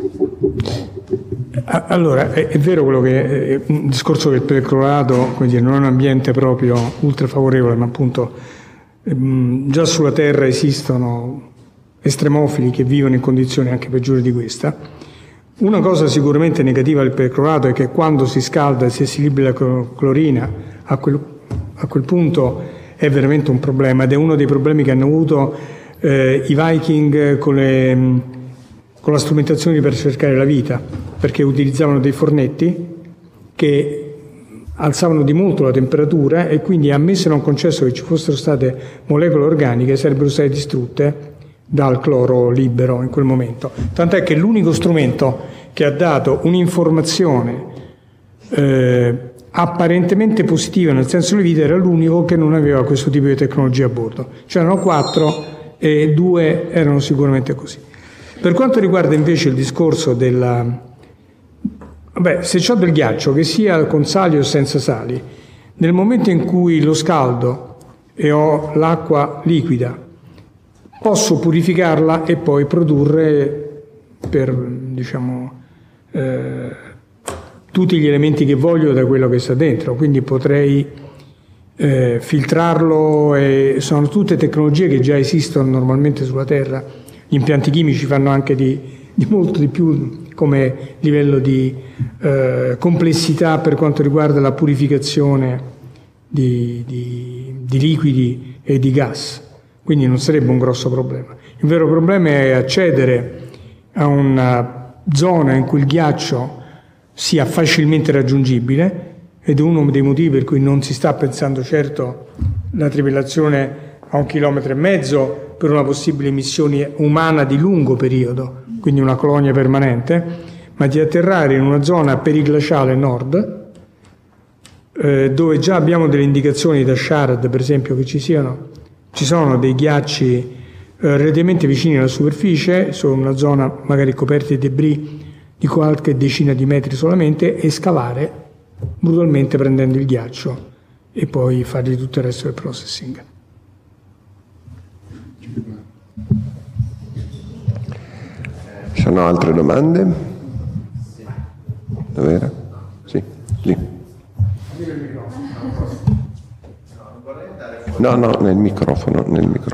Allora, è vero quello che il discorso del perclorato, non è un ambiente proprio ultra favorevole, ma appunto già sulla Terra esistono estremofili che vivono in condizioni anche peggiori di questa. Una cosa sicuramente negativa del perclorato è che quando si scalda e si libera la clorina, a quel punto è veramente un problema, ed è uno dei problemi che hanno avuto i Viking con la strumentazione per cercare la vita, perché utilizzavano dei fornetti che alzavano di molto la temperatura e quindi, ammesso e non concesso che ci fossero state molecole organiche, sarebbero state distrutte dal cloro libero in quel momento. Tant'è che l'unico strumento che ha dato un'informazione apparentemente positiva nel senso di vita era l'unico che non aveva questo tipo di tecnologia a bordo. C'erano 4 e 2 erano sicuramente così. Per quanto riguarda invece il discorso se c'ho del ghiaccio, che sia con sali o senza sali, nel momento in cui lo scaldo e ho l'acqua liquida, posso purificarla e poi produrre per, tutti gli elementi che voglio da quello che sta dentro. Quindi potrei filtrarlo, e sono tutte tecnologie che già esistono normalmente sulla Terra. Gli impianti chimici fanno anche di molto di più come livello di complessità per quanto riguarda la purificazione di liquidi e di gas, quindi non sarebbe un grosso problema. Il vero problema è accedere a una zona in cui il ghiaccio sia facilmente raggiungibile, ed è uno dei motivi per cui non si sta pensando certo la trivellazione a 1,5 chilometri per una possibile missione umana di lungo periodo, quindi una colonia permanente, ma di atterrare in una zona periglaciale nord, dove già abbiamo delle indicazioni da Shard, per esempio, che ci sono dei ghiacci relativamente vicini alla superficie, su una zona magari coperta di debris di qualche decina di metri solamente, e scavare brutalmente prendendo il ghiaccio e poi fargli tutto il resto del processing. Ci sono altre domande? Dov'era? Sì, lì. No, nel microfono.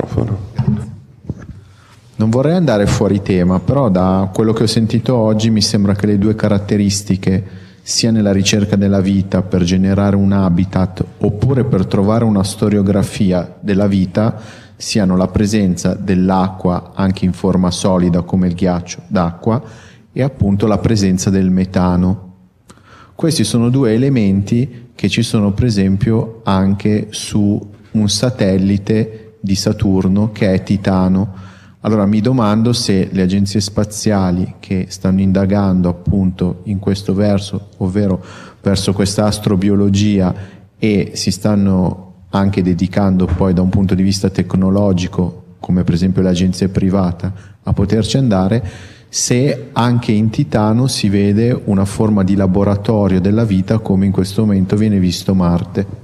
Non vorrei andare fuori tema, però da quello che ho sentito oggi mi sembra che le due caratteristiche, sia nella ricerca della vita per generare un habitat oppure per trovare una storiografia della vita, siano la presenza dell'acqua anche in forma solida come il ghiaccio d'acqua e appunto la presenza del metano. Questi sono due elementi che ci sono per esempio anche su un satellite di Saturno che è Titano. Allora mi domando se le agenzie spaziali che stanno indagando appunto in questo verso, ovvero verso questa astrobiologia, e si stanno anche dedicando poi da un punto di vista tecnologico, come per esempio l'agenzia privata, a poterci andare, se anche in Titano si vede una forma di laboratorio della vita come in questo momento viene visto Marte.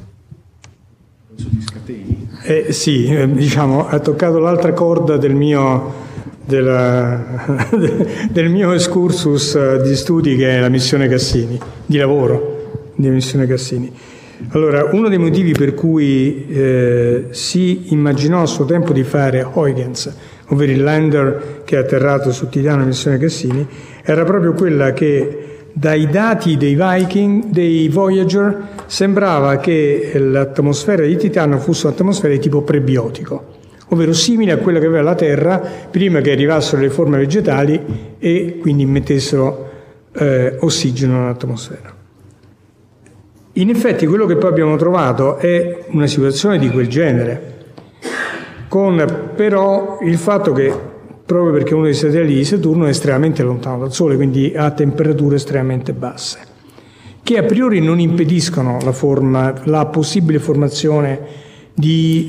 Sì, diciamo, ha toccato l'altra corda del mio excursus di studi, che è la missione Cassini, di lavoro di missione Cassini. Allora, uno dei motivi per cui si immaginò a suo tempo di fare Huygens, ovvero il lander che è atterrato su Titano, la missione Cassini, era proprio quella che dai dati dei Voyager sembrava che l'atmosfera di Titano fosse un'atmosfera di tipo prebiotico, ovvero simile a quella che aveva la Terra prima che arrivassero le forme vegetali e quindi immettessero ossigeno nell'atmosfera. In effetti quello che poi abbiamo trovato è una situazione di quel genere, con però il fatto che proprio perché uno dei satelliti di Saturno è estremamente lontano dal Sole, quindi ha temperature estremamente basse, che a priori non impediscono la possibile formazione di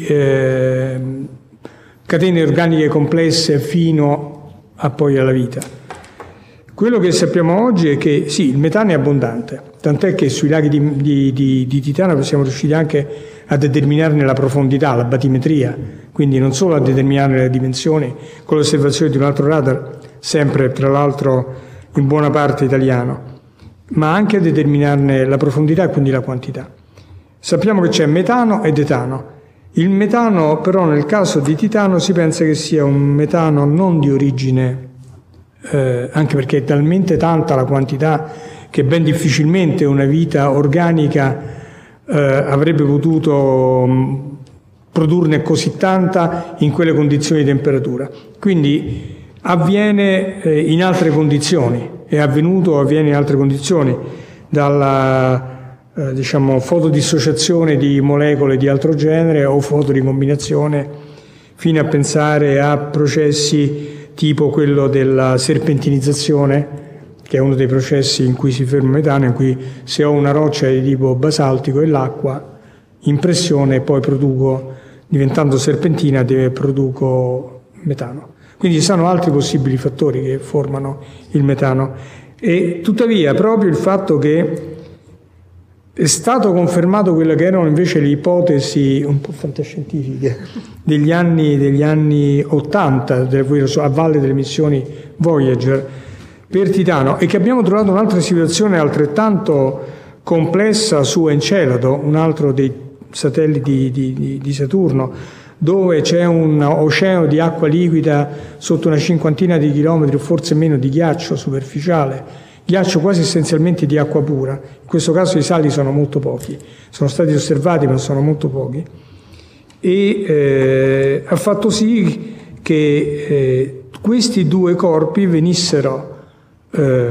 catene organiche complesse fino a poi alla vita. Quello che sappiamo oggi è che sì, il metano è abbondante, tant'è che sui laghi di Titano siamo riusciti anche a determinarne la profondità, la batimetria, quindi non solo a determinare le dimensioni con l'osservazione di un altro radar, sempre tra l'altro in buona parte italiano, ma anche a determinarne la profondità e quindi la quantità. Sappiamo che c'è metano ed etano. Il metano però nel caso di Titano si pensa che sia un metano non di origine, anche perché è talmente tanta la quantità che ben difficilmente una vita organica avrebbe potuto produrne così tanta in quelle condizioni di temperatura. Quindi avviene in altre condizioni, avviene in altre condizioni, dalla fotodissociazione di molecole di altro genere o fotoricombinazione, fino a pensare a processi tipo quello della serpentinizzazione, che è uno dei processi in cui si ferma il metano, in cui se ho una roccia di tipo basaltico e l'acqua in pressione poi diventando serpentina, produco metano. Quindi ci sono altri possibili fattori che formano il metano, e tuttavia proprio il fatto che è stato confermato quelle che erano invece le ipotesi un po' fantascientifiche degli anni 80 a valle delle missioni Voyager per Titano, e che abbiamo trovato un'altra situazione altrettanto complessa su Encelado, un altro dei satelliti di Saturno, dove c'è un oceano di acqua liquida sotto una cinquantina di chilometri o forse meno di ghiaccio superficiale, ghiaccio quasi essenzialmente di acqua pura. In questo caso i sali sono molto pochi, sono stati osservati ma sono molto pochi, e ha fatto sì che questi due corpi venissero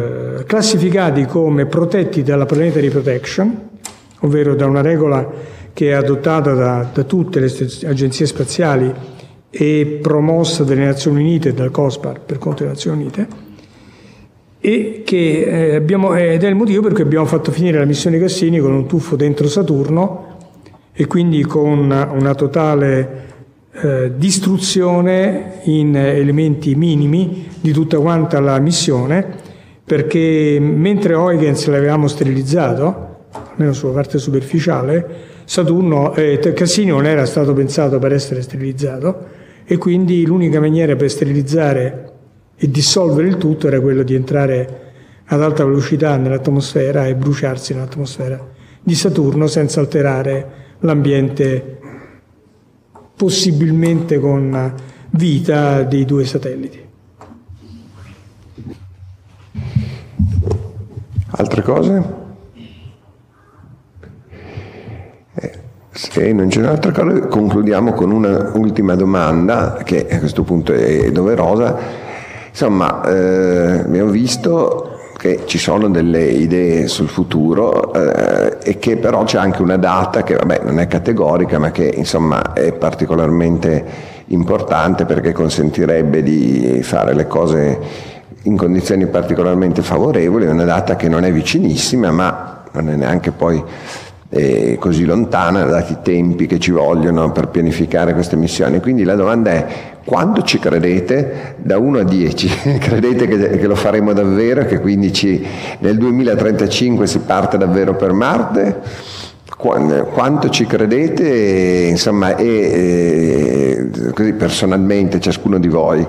classificati come protetti dalla Planetary Protection, ovvero da una regola che è adottata da tutte le agenzie spaziali e promossa dalle Nazioni Unite e dal COSPAR per conto delle Nazioni Unite, e che ed è il motivo per cui abbiamo fatto finire la missione Cassini con un tuffo dentro Saturno e quindi con una totale distruzione in elementi minimi di tutta quanta la missione, perché mentre Huygens l'avevamo sterilizzato, almeno sulla parte superficiale, Cassini non era stato pensato per essere sterilizzato, e quindi l'unica maniera per sterilizzare e dissolvere il tutto era quello di entrare ad alta velocità nell'atmosfera e bruciarsi nell'atmosfera di Saturno senza alterare l'ambiente, possibilmente con vita, dei due satelliti. Altre cose? Se non c'è un'altra cosa, concludiamo con una ultima domanda che a questo punto è doverosa. Insomma, abbiamo visto che ci sono delle idee sul futuro e che però c'è anche una data che non è categorica, ma che insomma è particolarmente importante perché consentirebbe di fare le cose in condizioni particolarmente favorevoli. È una data che non è vicinissima, ma non è neanche poi così lontana, dati i tempi che ci vogliono per pianificare queste missioni. Quindi la domanda è: quando ci credete? Da 1 a 10 credete che lo faremo davvero, che quindi nel 2035 si parte davvero per Marte? Quanto ci credete, insomma, e così personalmente ciascuno di voi?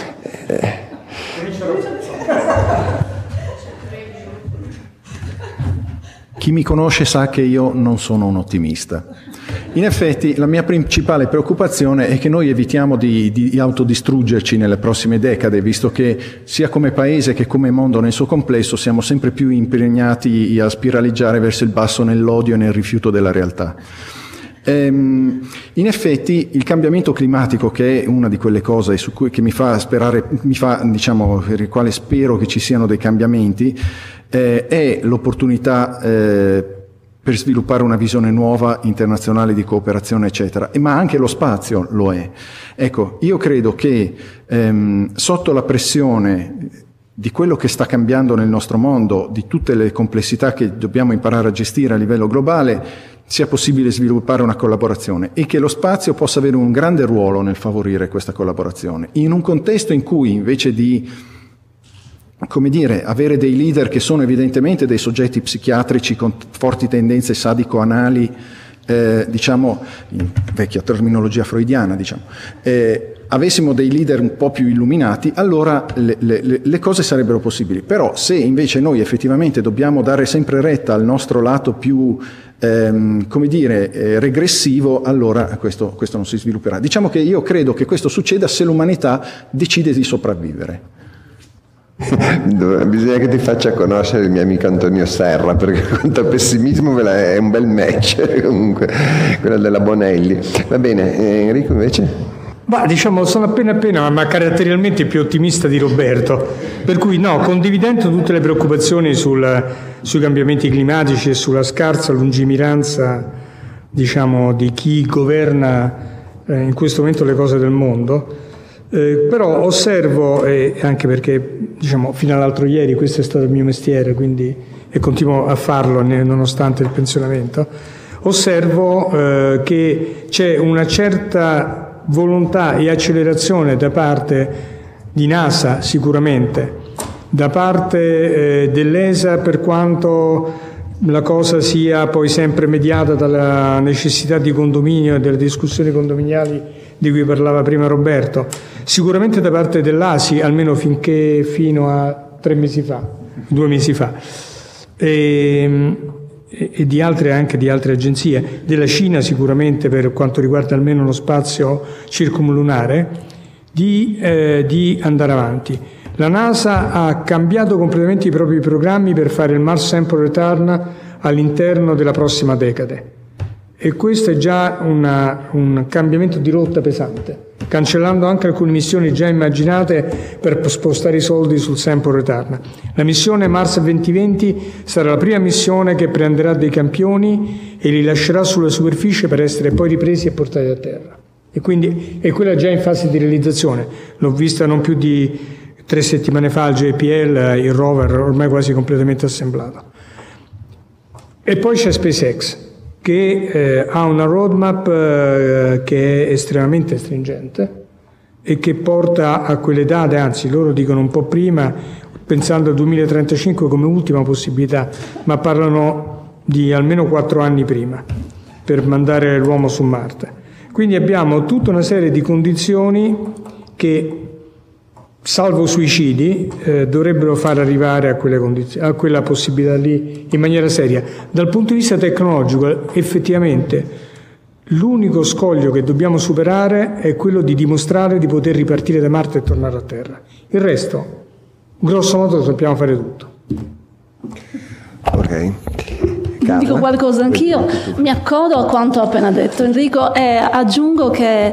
Chi mi conosce sa che io non sono un ottimista. In effetti la mia principale preoccupazione è che noi evitiamo di autodistruggerci nelle prossime decade, visto che sia come paese che come mondo nel suo complesso siamo sempre più impegnati a spiraleggiare verso il basso nell'odio e nel rifiuto della realtà. In effetti il cambiamento climatico, che è una di quelle cose che mi fa sperare, diciamo, per il quale spero che ci siano dei cambiamenti, è l'opportunità per sviluppare una visione nuova internazionale di cooperazione, eccetera, ma anche lo spazio lo è. Ecco, io credo che sotto la pressione di quello che sta cambiando nel nostro mondo, di tutte le complessità che dobbiamo imparare a gestire a livello globale, sia possibile sviluppare una collaborazione e che lo spazio possa avere un grande ruolo nel favorire questa collaborazione. In un contesto in cui invece di, come dire, avere dei leader che sono evidentemente dei soggetti psichiatrici con forti tendenze sadico-anali, diciamo, in vecchia terminologia freudiana, diciamo, avessimo dei leader un po' più illuminati, allora le cose sarebbero possibili. Però se invece noi effettivamente dobbiamo dare sempre retta al nostro lato più come dire, regressivo, allora questo non si svilupperà. Diciamo che io credo che questo succeda se l'umanità decide di sopravvivere. Bisogna che ti faccia conoscere il mio amico Antonio Serra, perché quanto pessimismo è un bel match comunque quello della Bonelli. Va bene, Enrico invece? Diciamo, sono appena ma caratterialmente più ottimista di Roberto, per cui no, condividendo tutte le preoccupazioni sui cambiamenti climatici e sulla scarsa lungimiranza, diciamo, di chi governa in questo momento le cose del mondo, però osservo, anche perché, diciamo, fino all'altro ieri questo è stato il mio mestiere, quindi, e continuo a farlo nonostante il pensionamento, osservo che c'è una certa volontà e accelerazione da parte di NASA, sicuramente, da parte dell'ESA, per quanto la cosa sia poi sempre mediata dalla necessità di condominio e delle discussioni condominiali di cui parlava prima Roberto, sicuramente da parte dell'ASI, almeno fino a 2 mesi fa, e di altre, anche di altre agenzie, della Cina sicuramente per quanto riguarda almeno lo spazio circumlunare, di andare avanti. La NASA ha cambiato completamente i propri programmi per fare il Mars Sample Return all'interno della prossima decade, e questo è già un cambiamento di rotta pesante, cancellando anche alcune missioni già immaginate per spostare i soldi sul Sample Return. La missione Mars 2020 sarà la prima missione che prenderà dei campioni e li lascerà sulla superficie per essere poi ripresi e portati a terra. E quindi è quella già in fase di realizzazione. L'ho vista non più di 3 settimane fa al JPL, il rover ormai quasi completamente assemblato. E poi c'è SpaceX, che ha una roadmap che è estremamente stringente e che porta a quelle date, anzi loro dicono un po' prima, pensando al 2035 come ultima possibilità, ma parlano di almeno 4 anni prima per mandare l'uomo su Marte. Quindi abbiamo tutta una serie di condizioni che, salvo suicidi, dovrebbero far arrivare a quella possibilità lì in maniera seria. Dal punto di vista tecnologico, effettivamente, l'unico scoglio che dobbiamo superare è quello di dimostrare di poter ripartire da Marte e tornare a Terra. Il resto, grosso modo, sappiamo fare tutto. Ok. Dico qualcosa anch'io, mi accodo a quanto ha appena detto Enrico e aggiungo che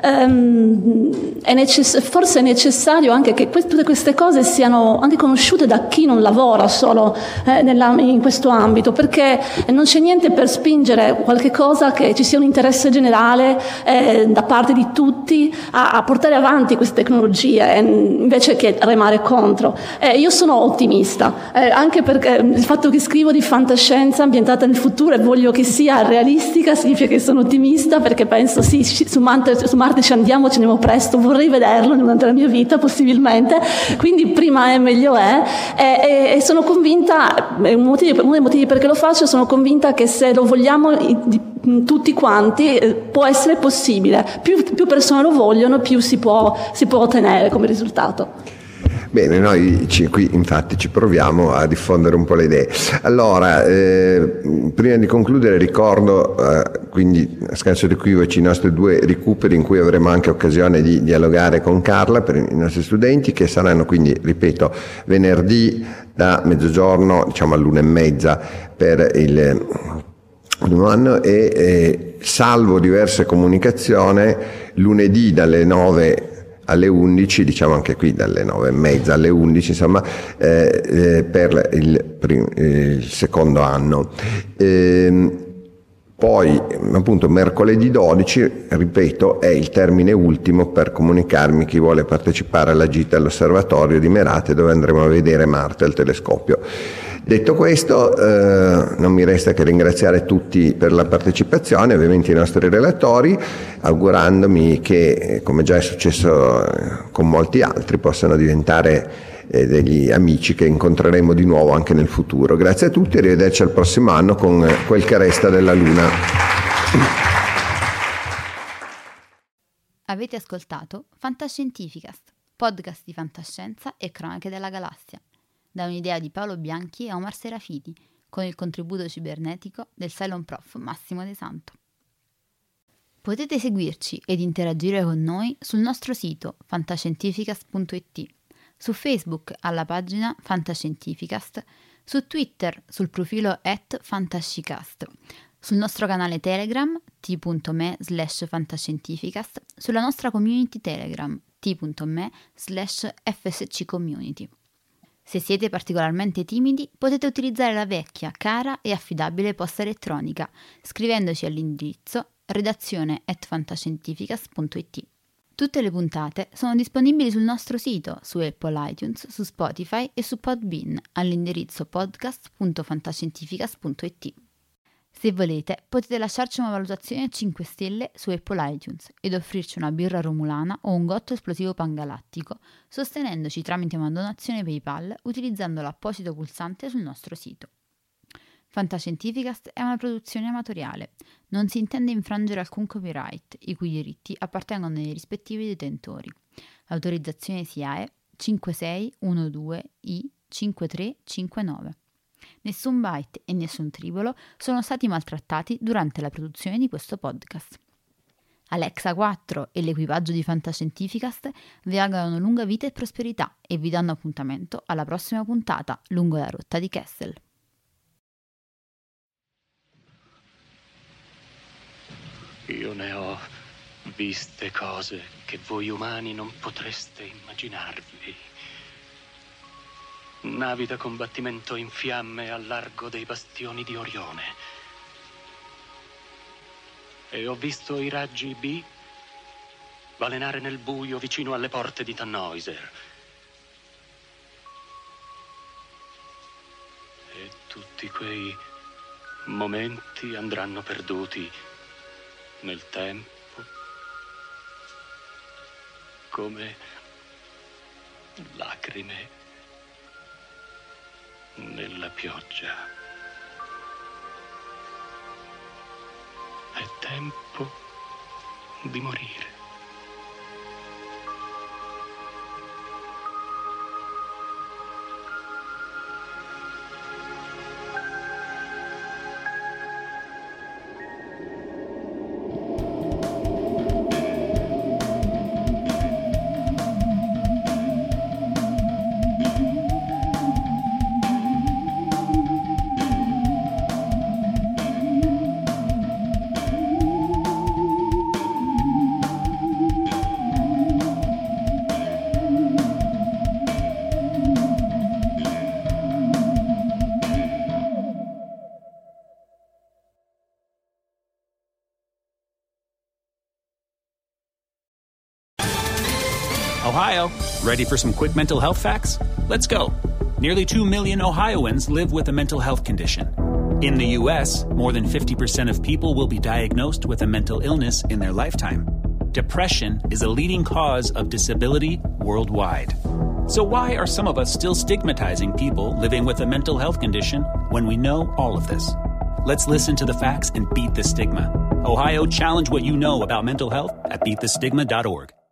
forse è necessario anche che tutte queste cose siano anche conosciute da chi non lavora solo in questo ambito, perché non c'è niente per spingere qualche cosa che ci sia un interesse generale da parte di tutti a portare avanti queste tecnologie invece che remare contro. Io sono ottimista, anche perché il fatto che scrivo di fantascienza ambientata nel futuro e voglio che sia realistica significa che sono ottimista, perché penso sì, su Marte ci andiamo presto, vorrei vederlo durante la mia vita possibilmente, quindi prima è meglio è, e sono convinta, uno dei motivi perché lo faccio, sono convinta che se lo vogliamo tutti quanti può essere possibile, più persone lo vogliono, più si può ottenere come risultato. Bene, noi qui infatti ci proviamo a diffondere un po' le idee. Allora, prima di concludere ricordo, quindi a scanso di equivoci, i nostri 2 recuperi in cui avremo anche occasione di dialogare con Carla per i nostri studenti, che saranno quindi, ripeto, venerdì da mezzogiorno, diciamo all'1:30 per il primo anno e salvo diverse comunicazioni, lunedì dalle 9 alle 11, diciamo anche qui dalle 9:30 alle 11, insomma, per il secondo anno. Poi appunto mercoledì 12, ripeto, è il termine ultimo per comunicarmi chi vuole partecipare alla gita all'osservatorio di Merate, dove andremo a vedere Marte al telescopio. Detto questo, non mi resta che ringraziare tutti per la partecipazione, ovviamente i nostri relatori, augurandomi che, come già è successo con molti altri, possano diventare degli amici che incontreremo di nuovo anche nel futuro. Grazie a tutti e arrivederci al prossimo anno con quel che resta della Luna. Avete ascoltato Fantascientificast, podcast di fantascienza e cronache della galassia, da un'idea di Paolo Bianchi e Omar Serafiti, con il contributo cibernetico del Cylon Prof Massimo De Santo. Potete seguirci ed interagire con noi sul nostro sito fantascientificast.it, su Facebook alla pagina Fantascientificast, su Twitter sul profilo @fantascicast, sul nostro canale Telegram t.me/fantascientificast, sulla nostra community Telegram t.me/fsccommunity. Se siete particolarmente timidi, potete utilizzare la vecchia, cara e affidabile posta elettronica, scrivendoci all'indirizzo redazione@fantascientificast.it. Tutte le puntate sono disponibili sul nostro sito, su Apple iTunes, su Spotify e su Podbean, all'indirizzo podcast.fantascientificast.it. Se volete, potete lasciarci una valutazione a 5 stelle su Apple iTunes ed offrirci una birra romulana o un gotto esplosivo pangalattico, sostenendoci tramite una donazione PayPal utilizzando l'apposito pulsante sul nostro sito. Fantascientificast è una produzione amatoriale. Non si intende infrangere alcun copyright, i cui diritti appartengono ai rispettivi detentori. L'autorizzazione SIAE 5612I5359. Nessun byte e nessun tribolo sono stati maltrattati durante la produzione di questo podcast. Alexa 4 e l'equipaggio di Fantascientificast vi augurano lunga vita e prosperità e vi danno appuntamento alla prossima puntata lungo la rotta di Kessel. Io ne ho viste cose che voi umani non potreste immaginarvi. Navi da combattimento in fiamme al largo dei bastioni di Orione. E ho visto i raggi B balenare nel buio vicino alle porte di Tannhäuser. E tutti quei momenti andranno perduti nel tempo, come lacrime nella pioggia. È tempo di morire. Ohio, ready for some quick mental health facts? Let's go. Nearly 2 million Ohioans live with a mental health condition. In the U.S., more than 50% of people will be diagnosed with a mental illness in their lifetime. Depression is a leading cause of disability worldwide. So why are some of us still stigmatizing people living with a mental health condition when we know all of this? Let's listen to the facts and beat the stigma. Ohio, challenge what you know about mental health at beatthestigma.org.